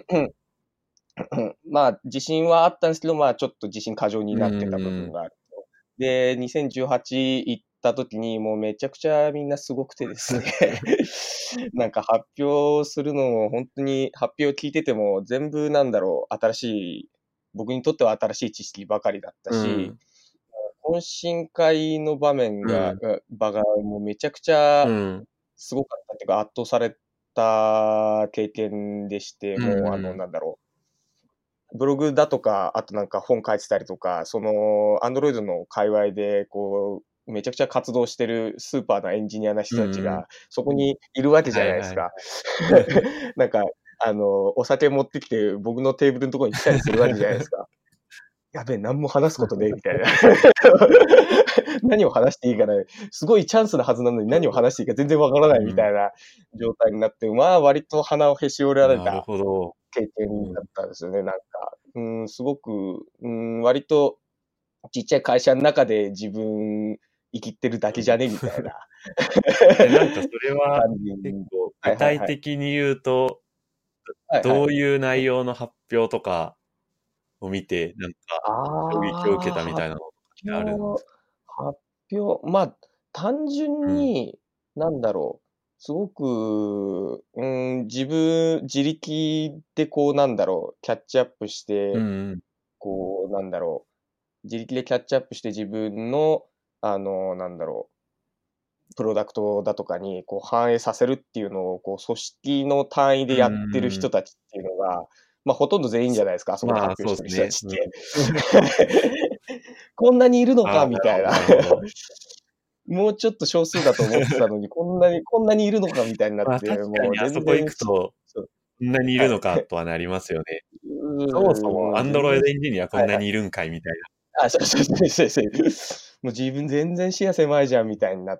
Speaker 2: まあ、自信はあったんですけど、まあ、ちょっと自信過剰に
Speaker 1: う
Speaker 2: なってた部分
Speaker 1: ん。
Speaker 2: があると。で、にせんじゅうはち行った時に、もうめちゃくちゃみんなすごくてですね。なんか発表するのも本当に発表聞いてても全部なんだろう、新しい僕にとっては新しい知識ばかりだったし、
Speaker 1: うん
Speaker 2: 懇親会の場面が、
Speaker 1: うん
Speaker 2: が場がもうめちゃくちゃ
Speaker 1: うん
Speaker 2: すごかったっていうか、圧倒された経験でして、
Speaker 1: う
Speaker 2: もうあの、
Speaker 1: ん
Speaker 2: なんだろう、ブログだとか、あとなんか本書いてたりとか、その、アンドロイドの界隈で、こう、めちゃくちゃ活動してるスーパーなエンジニアな人たち
Speaker 1: うんうん
Speaker 2: が、そこにいるわけじゃ
Speaker 1: はいはい
Speaker 2: ないですか。なんか、あの、お酒持ってきて、僕のテーブルのところに来たりするわけじゃないですか。やべえ、何も話すことねえ、みたいな。何を話していいかね、すごいチャンスなはずなのに何を話していいか全然わからないみたいな状態になって、まあ割と鼻をへし折られ
Speaker 1: なる
Speaker 2: た
Speaker 1: ほど。
Speaker 2: 経験だったんですよね、なんか。うん、すごく、うん、割とちっちゃい会社の中で自分生きてるだけじゃねみたいな
Speaker 1: で、なんかそれは
Speaker 2: 感じ
Speaker 1: 結
Speaker 2: に。
Speaker 1: 構具体
Speaker 2: はいはいはい。
Speaker 1: 的に言うと、
Speaker 2: はいはい。
Speaker 1: どういう内容の発表とかを見て、なんか衝撃を受け
Speaker 2: ああ、発
Speaker 1: たみたいなのとかってあるんです
Speaker 2: 表発表、まあ、単純
Speaker 1: うん。
Speaker 2: に、なんだろう、すごく、うん、自分自力でこうなんだろう、キャッチアップし
Speaker 1: うん
Speaker 2: て、
Speaker 1: うん。
Speaker 2: こうなんだろう、自力でキャッチアップして自分の、あの、なんだろう、プロダクトだとかにこう反映させるっていうのを、こう組織の単位で
Speaker 1: う
Speaker 2: やってる
Speaker 1: んうん。
Speaker 2: 人たちっていうのが、ま、ほとんど全員じゃないですか、あそこで
Speaker 1: まあ、
Speaker 2: 発表してる
Speaker 1: そうですね。うん。
Speaker 2: 人たちって。こんなにいるの
Speaker 1: ああ、
Speaker 2: かみたいな。
Speaker 1: なるほどなるほど。
Speaker 2: もうちょっと少数だと思ってたのに、こんなにこんなにいるのかみたいになっ
Speaker 1: まあ、
Speaker 2: て、
Speaker 1: 確か
Speaker 2: もう
Speaker 1: にあそこ行
Speaker 2: 全然ち
Speaker 1: くと、
Speaker 2: そう、
Speaker 1: こんなにい
Speaker 2: はい。
Speaker 1: るのかとはなりますよね。
Speaker 2: うー
Speaker 1: そもそ
Speaker 2: ん、
Speaker 1: も
Speaker 2: もう全然
Speaker 1: アンドロイドエンジニアこ
Speaker 2: はいはい。
Speaker 1: んなにいるんかいみたいな。
Speaker 2: あ、そうそうそうそうそう。もう自分全然視野狭いじゃんみたいになって、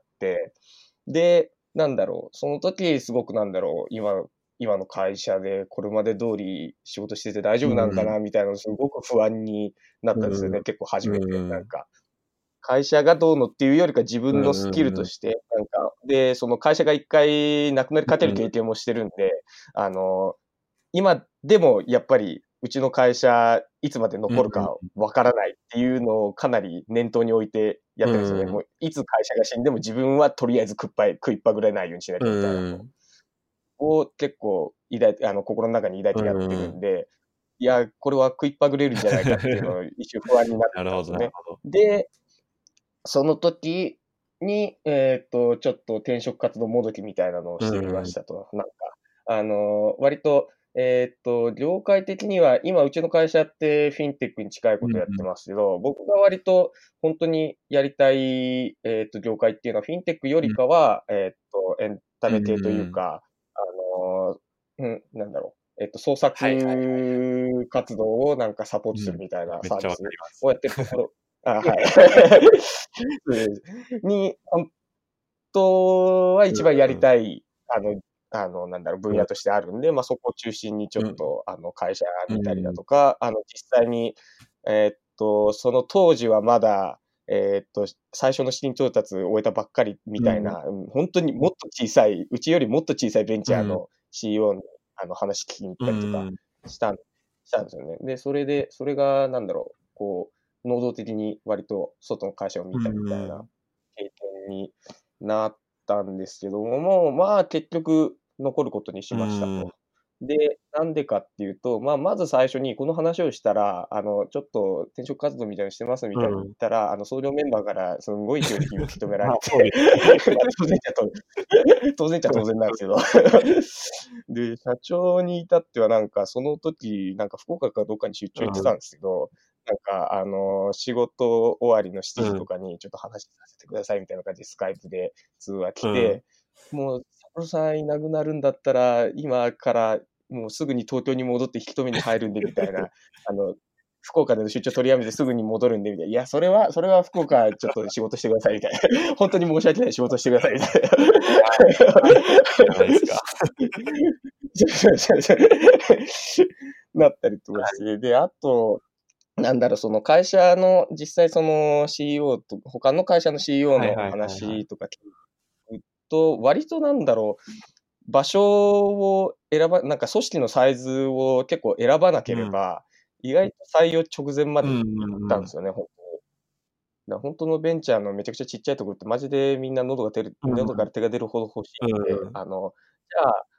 Speaker 2: で、なんだろう、その時すごくなんだろう、今今の会社でこれまで通り仕事してて大丈夫なんか
Speaker 1: うん。
Speaker 2: なみたいなのすごく不安になったんですよね、
Speaker 1: うん。
Speaker 2: 結構初めて、
Speaker 1: うんうん。
Speaker 2: なんか。会社がどうのっていうよりか自分の
Speaker 1: うん
Speaker 2: スキル
Speaker 1: うんうん。
Speaker 2: として、なんか、で、その会社が一回なくなりかけ
Speaker 1: うん。
Speaker 2: る経験もしてるんで、あの、今でもやっぱりうちの会社いつまで
Speaker 1: うん
Speaker 2: 残るか
Speaker 1: うん。
Speaker 2: わからないっていうのをかなり念頭に置いてや
Speaker 1: う
Speaker 2: ってるんですよね。も
Speaker 1: ん。
Speaker 2: ういつ会社が死んでも自分はとりあえず食っぱい食いっぱぐれないようにしな
Speaker 1: う
Speaker 2: きゃみたいなの
Speaker 1: ん。
Speaker 2: を結構抱いてあの、心の中に抱い
Speaker 1: う
Speaker 2: てやってる
Speaker 1: ん。
Speaker 2: んで、いや、これは食いっぱぐれるんじゃないかっていうのを一瞬不安になって
Speaker 1: なるほ
Speaker 2: たんですよね。
Speaker 1: どなるほど。
Speaker 2: で、その時に、えっと、ちょっと転職活動もどきみたいなのを
Speaker 1: う
Speaker 2: してみま
Speaker 1: ん。
Speaker 2: したと。なんか、あの、割と、えっと、業界的には、今うちの会社ってフィンテックに近いことやって
Speaker 1: うんうん。
Speaker 2: ますけど、僕が割とほんとにやりたい、えっと、業界っていうのはフィンテックより
Speaker 1: うん。
Speaker 2: かは、えっと、エンタ
Speaker 1: うん
Speaker 2: メ系と
Speaker 1: うんうん。
Speaker 2: いうか、あの、うん、なんだろう、えっと、創
Speaker 1: はいはいはい。
Speaker 2: 作活動をなんかサポートする
Speaker 1: うん。
Speaker 2: みたいな
Speaker 1: めっちゃわか
Speaker 2: サービス
Speaker 1: ります。
Speaker 2: をやってるところあ、はい。そうです。に、ほんとは一番や
Speaker 1: うんうん。
Speaker 2: りたい、あのあの、なんだろう、分
Speaker 1: うん。
Speaker 2: 野としてあるんで、ま、そこを中心にちょっ
Speaker 1: うん。
Speaker 2: と、あの、会社見たりだ
Speaker 1: うん。
Speaker 2: とか、あの、実際に、えっと、その当時はまだ、えっと、最初の資金調達終えたばっかりみ
Speaker 1: うん。
Speaker 2: たいな、うん、ほんとにもっと小さい、うちよりもっと小さいベンチ
Speaker 1: うん。
Speaker 2: ャーの シーイーオー に、あの、話聞きに行っ
Speaker 1: う
Speaker 2: たりとか
Speaker 1: ん。
Speaker 2: したんしたんですよね。で、それで、それがなんだろう、こう、能動的に割と外の会社を
Speaker 1: う
Speaker 2: 見たみたいな
Speaker 1: ん。
Speaker 2: 経験になったんですけども、もう、まあ、結局残ることにし
Speaker 1: う
Speaker 2: ました
Speaker 1: ん。
Speaker 2: と。で、なんでかっていうと、まあ、まず最初にこの話をしたら、あの、ちょっと転職活動みたいなのしてますみたいに言っ
Speaker 1: うん。
Speaker 2: たら、あの、総量メンバーからすんごい勢いで引き止めら
Speaker 1: まあ、
Speaker 2: れて、
Speaker 1: そうですよね。
Speaker 2: ま、当然っちゃと当然っちゃ当然なんですけど。で、社長に至ってはなんかその時、なんか福岡かどっかに出張行ってたん
Speaker 1: うん。
Speaker 2: ですけど、なんかあの、仕事終わりのしちじと
Speaker 1: うん。
Speaker 2: かにちょっと話させてくださいみたいな感じでスカイプで通話来
Speaker 1: うん。
Speaker 2: て、もう「サトルさんいなくなるんだったら、今からもうすぐに東京に戻って引き止めに入るんで」みたいな、あの、福岡での出張取りやめてすぐに戻るんでみたいな。いや、それはそれは福岡ちょっと仕事してくださいみたいな。ほんとに申し訳ない仕事してくださいみたいな。
Speaker 1: ああ、大変じゃないですか。
Speaker 2: そうそうそう。なったりとか
Speaker 1: はい。
Speaker 2: して、で、あと、なんだろう、その会社の実際その シーイーオー と他の会社の シーイーオー の
Speaker 1: はいはいはいはい。
Speaker 2: 話とか聞くと、割となんだろう、場所を選ばなんか組織のサイズを結構選ばなけ
Speaker 1: うん。
Speaker 2: れば、意外と採用直前ま
Speaker 1: うん
Speaker 2: で行った
Speaker 1: うんうん。
Speaker 2: んですよね、ほんとに。だ、ほんとのベンチャーのめちゃくちゃちっちゃいところってマジでみんな喉が出る
Speaker 1: うん。
Speaker 2: 喉から手が出るほど欲しいんで、
Speaker 1: うん。
Speaker 2: あの、じゃあ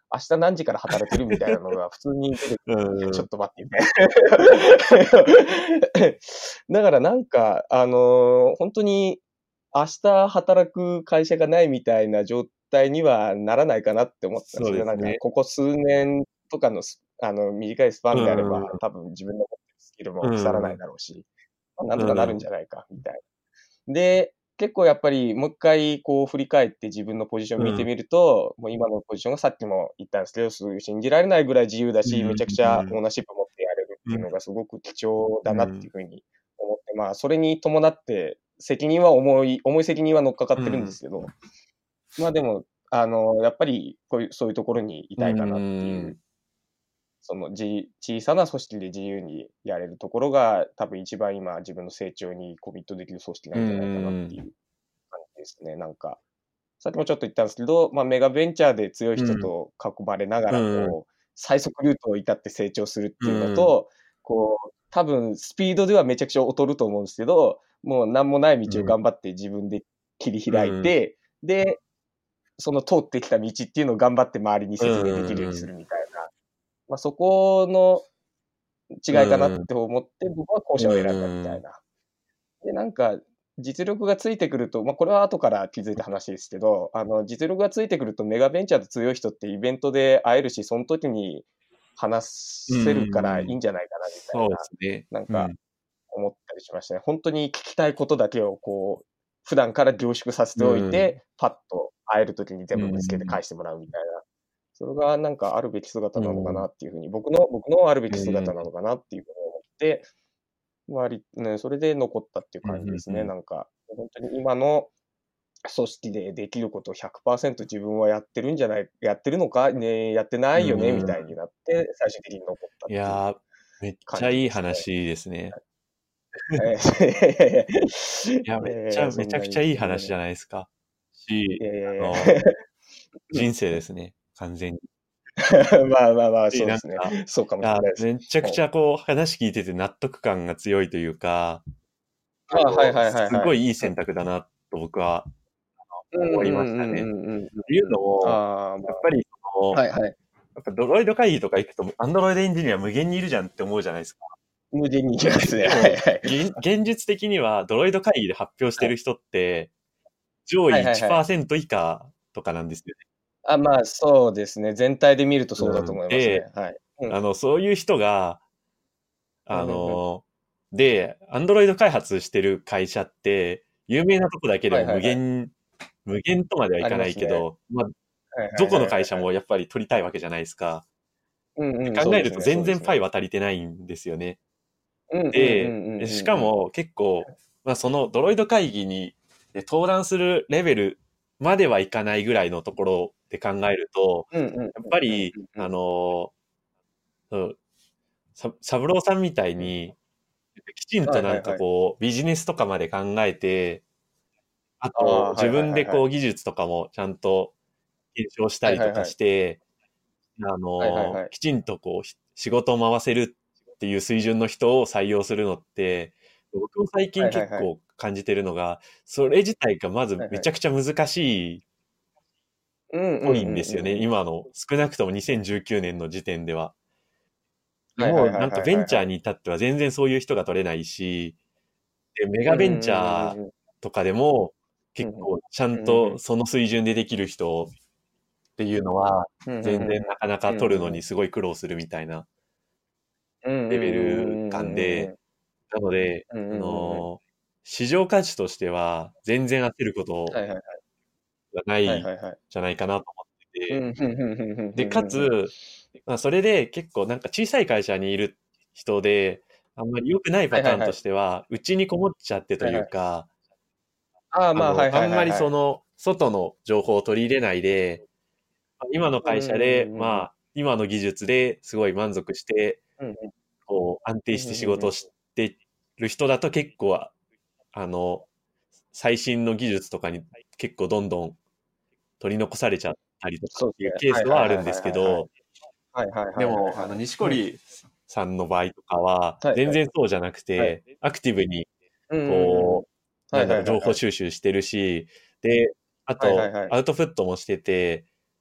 Speaker 2: 明日何時から働けるみたいなのが普通に出てくる。
Speaker 1: うん
Speaker 2: ちょっと待ってみたいな。だからなんか、あのー本当に明日働く会社がないみたいな状態にはならないかなって思ったんですよね。なんか、
Speaker 1: そうですね。
Speaker 2: ここ数年とかのスあの、短いスパ
Speaker 1: う
Speaker 2: ンであれば、
Speaker 1: ん。
Speaker 2: 多分自分の持ってるスキル
Speaker 1: う
Speaker 2: も腐らない
Speaker 1: ん。
Speaker 2: だろうし、まあ、なんとかなるんじ
Speaker 1: うん。
Speaker 2: ゃないかみたいな。で、結構やっぱりもう一回こう振り返って自分のポジション見て
Speaker 1: うん。
Speaker 2: みると、もう今のポジションがさっきも言ったんですけど、すごい信じられないぐらい自由だし、めちゃくちゃオーナーシップ持ってやれるっ
Speaker 1: うん。
Speaker 2: ていうのがすごく貴重だなってい
Speaker 1: うん。
Speaker 2: うふうに思って、まあ、それに伴って責任は重い重い責任は乗っかかってるんで
Speaker 1: うん。
Speaker 2: すけど、まあ、でも、あの、やっぱりこういうそういうところにい
Speaker 1: う
Speaker 2: たいかなっていう、
Speaker 1: ん。
Speaker 2: その、じ小さな組織で自由にやれるところが、多分一番今自分の成長にコミットできる組織な
Speaker 1: う
Speaker 2: んじゃないかなってい
Speaker 1: ん。
Speaker 2: う感じですね。なんか、さっきもちょっと言ったんですけど、まあ、メガベンチャーで強い
Speaker 1: うん。
Speaker 2: 人と囲まれながら、
Speaker 1: うん。
Speaker 2: こう、最速ルートを至って成長するっていうの
Speaker 1: うん。
Speaker 2: と、こう、多分スピードではめちゃくちゃ劣ると思うんですけど、もうなんもない道を
Speaker 1: うん。
Speaker 2: 頑張って自分で切り開い
Speaker 1: うん。
Speaker 2: て、で、その通ってきた道っていうのを頑張って周りに
Speaker 1: う
Speaker 2: 説明できるようにす
Speaker 1: ん。
Speaker 2: るみたいな、まあ、そこの
Speaker 1: う
Speaker 2: 違いかなっ
Speaker 1: ん。
Speaker 2: て思って、僕は後者を選んだみたいな。で、なんか、実力がついてくると、まあ、これは後から気づいた話ですけど、あの、実力がついてくるとメガベンチャーで強い人ってイベントで会えるし、その時に話せ
Speaker 1: うん。
Speaker 2: るからい
Speaker 1: うん。
Speaker 2: いんじゃないかなみたい
Speaker 1: そうですね。
Speaker 2: な、なんか
Speaker 1: うん。
Speaker 2: 思ったりしましたね。本当に聞きたいことだけをこう、普段から凝縮させておい
Speaker 1: うん。
Speaker 2: て、パッと会える時に
Speaker 1: う
Speaker 2: 全部ぶつけて
Speaker 1: ん。
Speaker 2: 返してもらうみたいな。それがなんかあるべき姿なのか
Speaker 1: うん。
Speaker 2: なっていう風に、僕の僕のあるべき姿な
Speaker 1: うん。
Speaker 2: のかなっていう風に思って、割ね、それで残ったっていう
Speaker 1: うん。
Speaker 2: 感じですね。
Speaker 1: うん。
Speaker 2: なんか、本当に今の組織でできることをひゃくパーセント自分はやってるんじゃないやってるのか、ね、やってな
Speaker 1: う
Speaker 2: いよねみたい
Speaker 1: ん。
Speaker 2: になって、最終的に残ったっていう
Speaker 1: いやー、めっちゃいい
Speaker 2: 感じですね。
Speaker 1: 話ですね。
Speaker 2: ええ、
Speaker 1: いや、めっち
Speaker 2: いやいや、
Speaker 1: ゃめちゃくちゃ
Speaker 2: そんなに、
Speaker 1: いい話じゃ
Speaker 2: とんでもない。
Speaker 1: ないですか。し、
Speaker 2: いやいやいや。
Speaker 1: あの、人生ですね、完全に。
Speaker 2: まあまあまあ、
Speaker 1: し、
Speaker 2: そうですね。
Speaker 1: なんか、
Speaker 2: そうかもしれ
Speaker 1: あ、
Speaker 2: ないです。
Speaker 1: めちゃくち
Speaker 2: うん。
Speaker 1: ゃこう話聞いてて納得感が強いというか、あ
Speaker 2: ああ、はい
Speaker 1: の、
Speaker 2: はいはいはい。
Speaker 1: すごいいい
Speaker 2: うん。
Speaker 1: 選択だなと僕は
Speaker 2: うんうん
Speaker 1: 思いましたね。
Speaker 2: うんうんうんうん。
Speaker 1: っていうのも、
Speaker 2: ああ、ま
Speaker 1: やっぱりその、
Speaker 2: あ、はいはい。
Speaker 1: やっぱドロイド会議とか行くと、アンドロイドエンジニア無限にいるじゃんって思うじゃないですか。
Speaker 2: 無限に行きますね。
Speaker 1: でも、
Speaker 2: はいはい。
Speaker 1: 現現実的にはドロイド会議で発表して
Speaker 2: はい。
Speaker 1: る人って、上位
Speaker 2: はいはいはい。
Speaker 1: いちパーセント以下とかなんですよね。
Speaker 2: あ、まあ、そうですね。全体で見るとそうだと
Speaker 1: うん。
Speaker 2: 思いますね。
Speaker 1: で、
Speaker 2: はい。うん。
Speaker 1: あの、そういう人が、あ
Speaker 2: うん、うんうん。
Speaker 1: の、で、アンドロイド開発してる会社って、有名なとこだけでも無
Speaker 2: はいはいはい。
Speaker 1: 限無限とまではい
Speaker 2: あり
Speaker 1: かな
Speaker 2: ますね。
Speaker 1: いけど、ま、
Speaker 2: はいはい
Speaker 1: どこの
Speaker 2: はいはいはい。
Speaker 1: 会社もやっぱり取りたいわけじゃないですか。
Speaker 2: うんうん、
Speaker 1: 考える
Speaker 2: そうですねそ
Speaker 1: と全然パイ
Speaker 2: うですね。
Speaker 1: は足りてないんですよね。
Speaker 2: うんうんうん
Speaker 1: で、
Speaker 2: うん
Speaker 1: し
Speaker 2: うんうん。
Speaker 1: かも結構、まあ、そのドロイド会議にで登壇するレベルまではいかないぐらいのところで考えると、
Speaker 2: うんうんうん
Speaker 1: やっぱ
Speaker 2: うん
Speaker 1: り、あ
Speaker 2: うんうん。
Speaker 1: の、うん、ササブローさんみたい
Speaker 2: うん。
Speaker 1: に、きちんとなんか
Speaker 2: はいはいはい。
Speaker 1: こう、ビジネスとかまで考えて、あ
Speaker 2: ああ、
Speaker 1: と自
Speaker 2: はいはいはいはい。
Speaker 1: 分でこう技術とかもちゃんと検証したりとか
Speaker 2: はいはいはい。
Speaker 1: して、あの、
Speaker 2: はいはいはい。
Speaker 1: きちんとこう、ひ仕事を回せるっていう水準の人を採用するのって、僕も最近
Speaker 2: はいはいはい。
Speaker 1: 結構感じてるのが、それ自体がまず
Speaker 2: はいはい。
Speaker 1: めちゃくちゃ難しいっ
Speaker 2: うんうん
Speaker 1: ぽいん
Speaker 2: うん
Speaker 1: ですよね。
Speaker 2: うんうん。
Speaker 1: 今の少なくともにせんじゅうきゅうねんの時点では。で
Speaker 2: はいはい
Speaker 1: もなんか
Speaker 2: はいはい
Speaker 1: ベンチャー
Speaker 2: はいはい。
Speaker 1: に至っては全然そういう人が取れないし、で、メ
Speaker 2: うんうん
Speaker 1: ガベンチ
Speaker 2: うんうん
Speaker 1: ャー
Speaker 2: うんうん。
Speaker 1: とかでも
Speaker 2: うんうん。
Speaker 1: 結構ちゃん
Speaker 2: うんうんうん。
Speaker 1: とその水準でできる人っていうのは、
Speaker 2: うんうんうん。
Speaker 1: 全然なかなか取るの
Speaker 2: うんうんうん。
Speaker 1: にすごい苦労するみたいな
Speaker 2: うんうんうん
Speaker 1: レベ
Speaker 2: うんう
Speaker 1: ル
Speaker 2: んうんうんうん。
Speaker 1: 感で、なので、
Speaker 2: うん
Speaker 1: あ
Speaker 2: うんうんうん。
Speaker 1: の、市場価値としては全然焦ること
Speaker 2: はいはいはい。
Speaker 1: がない
Speaker 2: はいはいはい。
Speaker 1: じゃないかなと思ってて、
Speaker 2: うん、ふんふんふんふんふ
Speaker 1: で、か
Speaker 2: んふんふん。
Speaker 1: つ、まあ、それで結構なんか小さい会社にいる人で、あんまり良くないパターンと
Speaker 2: はいはいはい。
Speaker 1: しては、内にこもっちゃってと
Speaker 2: はいはい。
Speaker 1: いうか、
Speaker 2: ああ、まあ、は
Speaker 1: あの、
Speaker 2: い
Speaker 1: あんまり
Speaker 2: はいはいはい。
Speaker 1: その、外の情報を取り入れないで、ま、今の会
Speaker 2: うんうんうん
Speaker 1: 社で、
Speaker 2: うんうんうん。
Speaker 1: まあ、今の技術ですごい満足して、
Speaker 2: うんうん。
Speaker 1: こう安定
Speaker 2: うん、
Speaker 1: して
Speaker 2: ふんふんふん。
Speaker 1: 仕事をしてる人だと結構、あの、最新の技術とかに結構どんどん取り残されちゃったりとかっていう
Speaker 2: そうですね。
Speaker 1: ケースは
Speaker 2: はいはいはい
Speaker 1: あるんです
Speaker 2: はいはいはい。
Speaker 1: けど、
Speaker 2: はいはいはいはい
Speaker 1: でも、あの、
Speaker 2: はい。
Speaker 1: 錦
Speaker 2: うん。
Speaker 1: 織さんの場合とかは、
Speaker 2: はいはい。
Speaker 1: 全然そうじゃなく
Speaker 2: はい。
Speaker 1: て、アクティブに、
Speaker 2: うんうんうんうん。
Speaker 1: こう、
Speaker 2: はい
Speaker 1: なんだろう、情報
Speaker 2: はいはいはい。
Speaker 1: 収集してるし、で、あと、
Speaker 2: はいはいはい。
Speaker 1: アウトプットもしてて、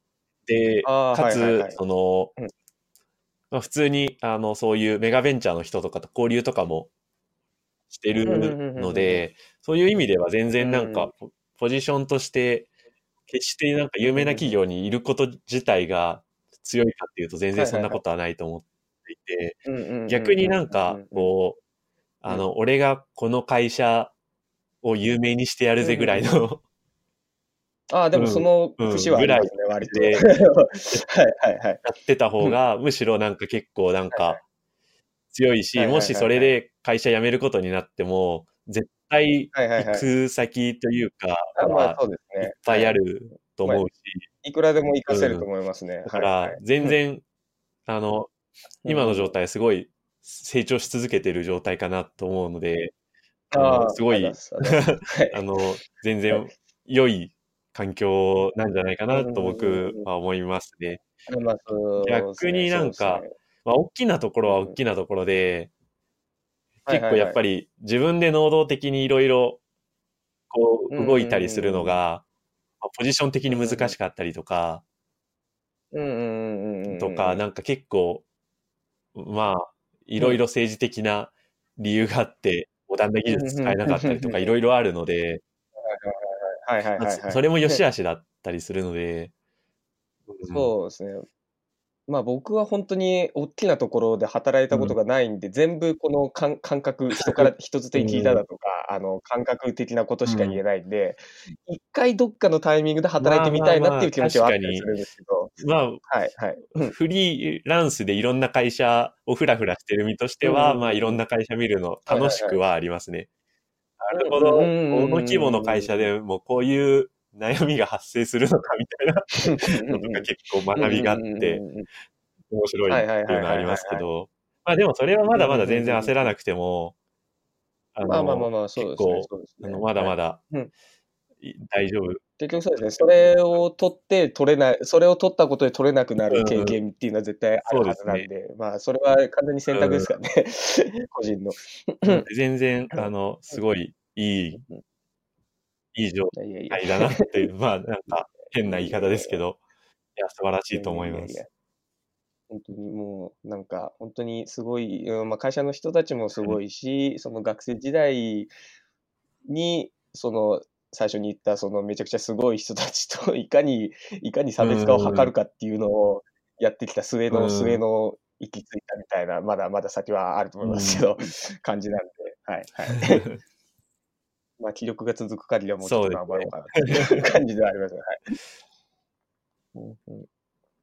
Speaker 1: で、
Speaker 2: ああ、
Speaker 1: かつ、
Speaker 2: はいはいはい。
Speaker 1: その、
Speaker 2: うん
Speaker 1: まあ、普通に、あの、そういうメガベンチャーの人とかと交流とかもして
Speaker 2: うんうん
Speaker 1: る
Speaker 2: うんうんうんうん。
Speaker 1: ので、そういう意味では全然なん
Speaker 2: うん
Speaker 1: か、ポポジションとして、決してなんか
Speaker 2: うん
Speaker 1: 有名な
Speaker 2: うんうん。
Speaker 1: 企業にいること自体が強いかっていうと全然そん
Speaker 2: はいはいはい。
Speaker 1: なことはないと思っていて、
Speaker 2: うんうんうん
Speaker 1: 逆に
Speaker 2: うん
Speaker 1: なんか、
Speaker 2: うんうん
Speaker 1: こう、
Speaker 2: うん。
Speaker 1: あの、俺がこの会社を有名にしてやる
Speaker 2: うん
Speaker 1: ぜぐ
Speaker 2: うんうんうん。
Speaker 1: らいの、
Speaker 2: ああ、でもそ
Speaker 1: うん、
Speaker 2: の節
Speaker 1: うん、ぐらいの
Speaker 2: はありますね、割と。
Speaker 1: 感じで
Speaker 2: はいはいはい。
Speaker 1: やってた
Speaker 2: うん。
Speaker 1: 方が、むしろなんか結構なんか強いし、
Speaker 2: はい
Speaker 1: もしそれ
Speaker 2: はいはいはい。
Speaker 1: で会社辞めることになっても、絶対
Speaker 2: はいはいはい。
Speaker 1: 行く先というか
Speaker 2: あ、まあ、
Speaker 1: は
Speaker 2: そうです
Speaker 1: いっ
Speaker 2: ね。
Speaker 1: ぱいあ
Speaker 2: はい。
Speaker 1: ると
Speaker 2: まあ、
Speaker 1: 思うし、
Speaker 2: いくらでも活かせると
Speaker 1: うん。
Speaker 2: 思いますね。
Speaker 1: だか
Speaker 2: はいは
Speaker 1: ら
Speaker 2: い。うん。
Speaker 1: 全然、あの、
Speaker 2: うんうんうん。
Speaker 1: 今の状態すごい成長し続けてる状態かなと思うので、あの、
Speaker 2: ああ、
Speaker 1: すごい
Speaker 2: あざっす、あざっす。はい。
Speaker 1: あの、全
Speaker 2: はい。
Speaker 1: 然良い環境なんじゃないかなと
Speaker 2: うんうんうんうん。
Speaker 1: 僕は思いますね。
Speaker 2: あ、まあ、そうですね
Speaker 1: 逆にな
Speaker 2: そうですね。
Speaker 1: んか、まあ、大きなところは大
Speaker 2: うん。
Speaker 1: きなところで、結構
Speaker 2: はいはいはい。
Speaker 1: やっぱり自分で能動的にいろいろこ
Speaker 2: うん
Speaker 1: う動いたりするの
Speaker 2: うんうんうんうん。
Speaker 1: が、ま、ポジション的に
Speaker 2: うんうんうん。
Speaker 1: 難しかったりとか
Speaker 2: うんうんうんうん
Speaker 1: とか、
Speaker 2: うんうんうん。
Speaker 1: なんか結構、まあ、い
Speaker 2: うん。
Speaker 1: ろいろ政治的な理由があって、モダンな技
Speaker 2: うん、ふんふん、
Speaker 1: 術使えなかったりとかいろいろあるので、
Speaker 2: はいはい
Speaker 1: ま、
Speaker 2: はいはいはい。
Speaker 1: そそれも良し悪しだったりするので、うん。
Speaker 2: そうですね。まあ、僕はほんとにおっきなところで働いたこと
Speaker 1: うん。
Speaker 2: がないんで、全部このかん感覚、人から人づてに聞いた
Speaker 1: うん。
Speaker 2: だとか、あの、感覚的なことしか言え
Speaker 1: うん。
Speaker 2: ないんで、一回どっかのタイミングで働い
Speaker 1: まあ
Speaker 2: てみたいなっ
Speaker 1: まあまあ、
Speaker 2: ていう気持ちはあ
Speaker 1: 確かに、
Speaker 2: ったりするんですけど、
Speaker 1: まあ、
Speaker 2: はいはい。うん。
Speaker 1: フリーランスでいろんな会社をフラフラしてる身とし
Speaker 2: うんうん
Speaker 1: ては、まあ、い
Speaker 2: うんうん。
Speaker 1: ろんな会社見るの
Speaker 2: はいはいはい。
Speaker 1: 楽しくはありますね。な
Speaker 2: うん
Speaker 1: るほど、
Speaker 2: うん、うんうんう
Speaker 1: この規模の
Speaker 2: んうん
Speaker 1: 会社
Speaker 2: うんうんうん。
Speaker 1: でもこういう悩みが発生するのかみたいなのとか結構
Speaker 2: うんうん
Speaker 1: 学びがあっ
Speaker 2: うんうん
Speaker 1: て、
Speaker 2: うんうん。
Speaker 1: 面白い
Speaker 2: はいはい
Speaker 1: っていう
Speaker 2: はいはいはい
Speaker 1: のはありますけ
Speaker 2: はい。
Speaker 1: ど、ま、でもそれはま
Speaker 2: うん、ふん
Speaker 1: だまだ
Speaker 2: ふんふんふんふん。
Speaker 1: 全然焦らなくても、あの、
Speaker 2: まあまあまあまあ、そうですね
Speaker 1: 結構、
Speaker 2: そうですね。
Speaker 1: あの、まだ
Speaker 2: はい。
Speaker 1: まだ、
Speaker 2: うん。
Speaker 1: い大丈夫。
Speaker 2: 結局そうですね、それを取って取れないそれを取ったことで取れなくなる経
Speaker 1: うんうん。
Speaker 2: 験っていうのは絶対あるはず
Speaker 1: そうですね。
Speaker 2: なんで、まあ、それは完全に選
Speaker 1: うん。
Speaker 2: 択ですからね、個人の。
Speaker 1: なので全然、あの、すごいいい
Speaker 2: うんうん。
Speaker 1: いい状
Speaker 2: いやいやいや。
Speaker 1: 態だなっていう、まあ、なんか変
Speaker 2: いやい
Speaker 1: な言い方
Speaker 2: やいやいや。
Speaker 1: ですけど、いや、素晴らし
Speaker 2: いやい
Speaker 1: いと
Speaker 2: やいやいや。
Speaker 1: 思います。
Speaker 2: ほんとにもう、なんか、ほんとにすごい、うん、ま、会社の人たちもす
Speaker 1: うん。
Speaker 2: ごいし、その学生時代に、その、最初に言ったそのめちゃくちゃすごい人たちといかにいかに
Speaker 1: う
Speaker 2: 差別化を図
Speaker 1: ーん。
Speaker 2: るかっていうのをやってきた末
Speaker 1: う
Speaker 2: の末
Speaker 1: ーん。
Speaker 2: の行き着いたみたいな、まだまだ先はあると思い
Speaker 1: うん。
Speaker 2: ますけど、感じなんで、はいはい。ま、気力が続く限りはもうちょっと
Speaker 1: そうです
Speaker 2: 頑張ろうかなっていう感じではありますね、はい。うんうん。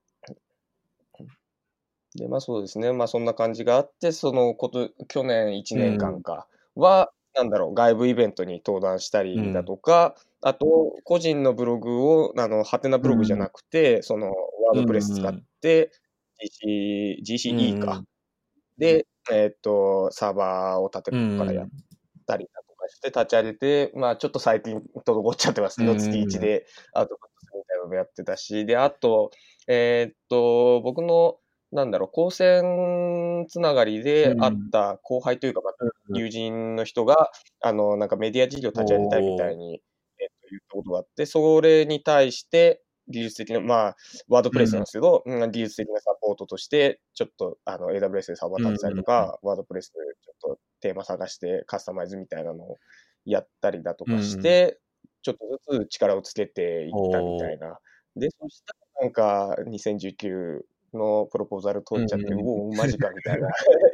Speaker 2: で、ま、そうですね、ま、そんな感じがあって、そのこと去年いちねんかん
Speaker 1: うん。
Speaker 2: かは、なんだろう、外部イベントに登壇したりだ
Speaker 1: うん。
Speaker 2: とか、あと個人のブログを、あの、ハテナブログじゃ
Speaker 1: うん。
Speaker 2: なくて、そのワー
Speaker 1: うん
Speaker 2: ドプレス使っ
Speaker 1: うん。
Speaker 2: て、ジーシー
Speaker 1: うん
Speaker 2: GCE か。
Speaker 1: うん。
Speaker 2: で、えっと、サーバーを立て
Speaker 1: う
Speaker 2: るとこからやっ
Speaker 1: んうん。
Speaker 2: たりだとかして立ち上げて、まあ、ちょっと最近滞っちゃってます
Speaker 1: う
Speaker 2: けど、月いち
Speaker 1: ん。
Speaker 2: でアウトプットするみたいなのもやってたし、で、あと、えっと、僕のなんだろう、高専つながりで会っ
Speaker 1: うん。
Speaker 2: た後輩というか、ま、
Speaker 1: うんうん。
Speaker 2: 友人の人が、あの、なんかメディア事業
Speaker 1: お
Speaker 2: 立ち上げたいみたい
Speaker 1: お。
Speaker 2: に、えっと、言ったことがあって、それに対して技術的な、まあ、ワードプレスなん
Speaker 1: うん。
Speaker 2: すけど、うん、技術的なサポートとして、ちょっと、あの、エーダブリューエス でサーバー
Speaker 1: うん
Speaker 2: 立てたり
Speaker 1: うんうん。
Speaker 2: とか、ワードプレスでちょっとテーマ探してカスタマイズみたいなのをやったりだとかし
Speaker 1: うんうん。
Speaker 2: て、ちょっとずつ力をつけていっ
Speaker 1: お
Speaker 2: たみたい
Speaker 1: お。
Speaker 2: な。で、そしたらなんかにせんじゅうきゅうのプロポーザル通
Speaker 1: うん
Speaker 2: っちゃって、
Speaker 1: うん。
Speaker 2: おお、マジかみたいな。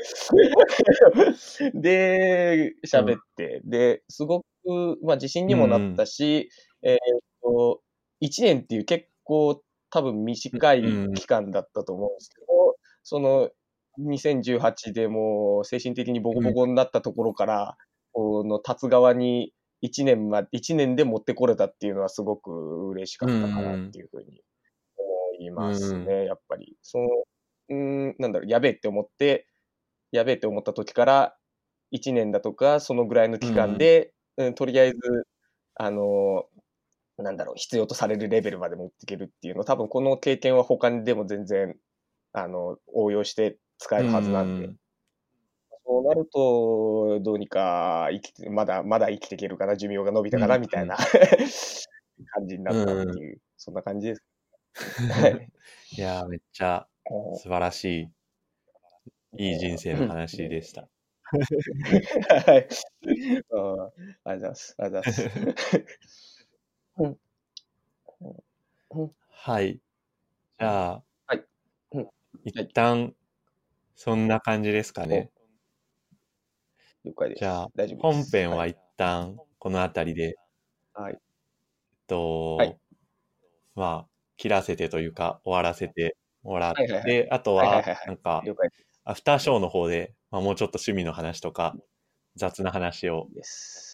Speaker 2: で、
Speaker 1: うん。
Speaker 2: 喋って、で、すごく、ま、自信
Speaker 1: う
Speaker 2: にもなっ
Speaker 1: んうん。
Speaker 2: たし、えっと、いちねんっていう結構多分
Speaker 1: う
Speaker 2: 短い
Speaker 1: うん。
Speaker 2: 期間だったと思うんすけど、そのにせんじゅうはちでもう精神的にボコ
Speaker 1: うん。
Speaker 2: ボコんなったところから、この立つ側にいちねんまいちねんで持ってこれたっていうのはすごく嬉しか
Speaker 1: うん
Speaker 2: ったかなっ
Speaker 1: うん。
Speaker 2: ていう風に思い
Speaker 1: う
Speaker 2: ます
Speaker 1: んうん。
Speaker 2: ね、やっぱり。その、うーん、なんだろう、やべえって思ってやべえって思った時からいちねんだとか、そのぐらいの期
Speaker 1: うんうん。
Speaker 2: 間で、うん、とりあえず、あの、なんだろう、必要とされるレベルまで持ってけるっていうの、多分この経験は他にでも全然、あの、応用して使え
Speaker 1: うん
Speaker 2: るはず
Speaker 1: う
Speaker 2: なんで。
Speaker 1: ん。
Speaker 2: そうなると、どうにか生きてまだまだ生きてけるかな、寿命が伸びたか
Speaker 1: うんうん。
Speaker 2: なみたいな感じになったっ
Speaker 1: うんうん。
Speaker 2: ていう、そんな感じです。 はい。
Speaker 1: いやー、めっちゃ
Speaker 2: お
Speaker 1: 素晴らしい、いい人生の
Speaker 2: うん
Speaker 1: 話でした。
Speaker 2: はい。うんありがとうございます。ありがとうございます。うんうん
Speaker 1: はい。じゃあ、
Speaker 2: はい。うん
Speaker 1: 一
Speaker 2: はい。
Speaker 1: 旦、そんな感じですか
Speaker 2: お、
Speaker 1: ね。
Speaker 2: 了解です。
Speaker 1: じゃあ、
Speaker 2: 大丈夫です。はい。
Speaker 1: 本編は一旦、この辺りで、えっ
Speaker 2: はい。はい。
Speaker 1: と、まあ、切らせてというか、終わらせてもらっ
Speaker 2: はいはいはい。
Speaker 1: て、あとは、
Speaker 2: はいはいはいはい。
Speaker 1: なんか、
Speaker 2: 了解です。
Speaker 1: アフターショーの方で、まあ、もうちょっと趣味の話とか、雑な話を、
Speaker 2: いいです。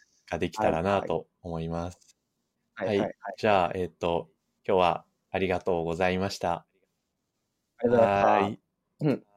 Speaker 1: ができたらな
Speaker 2: はいはい。
Speaker 1: と思います。
Speaker 2: はいはいは
Speaker 1: はい。
Speaker 2: い。
Speaker 1: じゃあ、えっと、今日はありがとうございました。
Speaker 2: ありがとうございました。
Speaker 1: はーい。
Speaker 2: うん。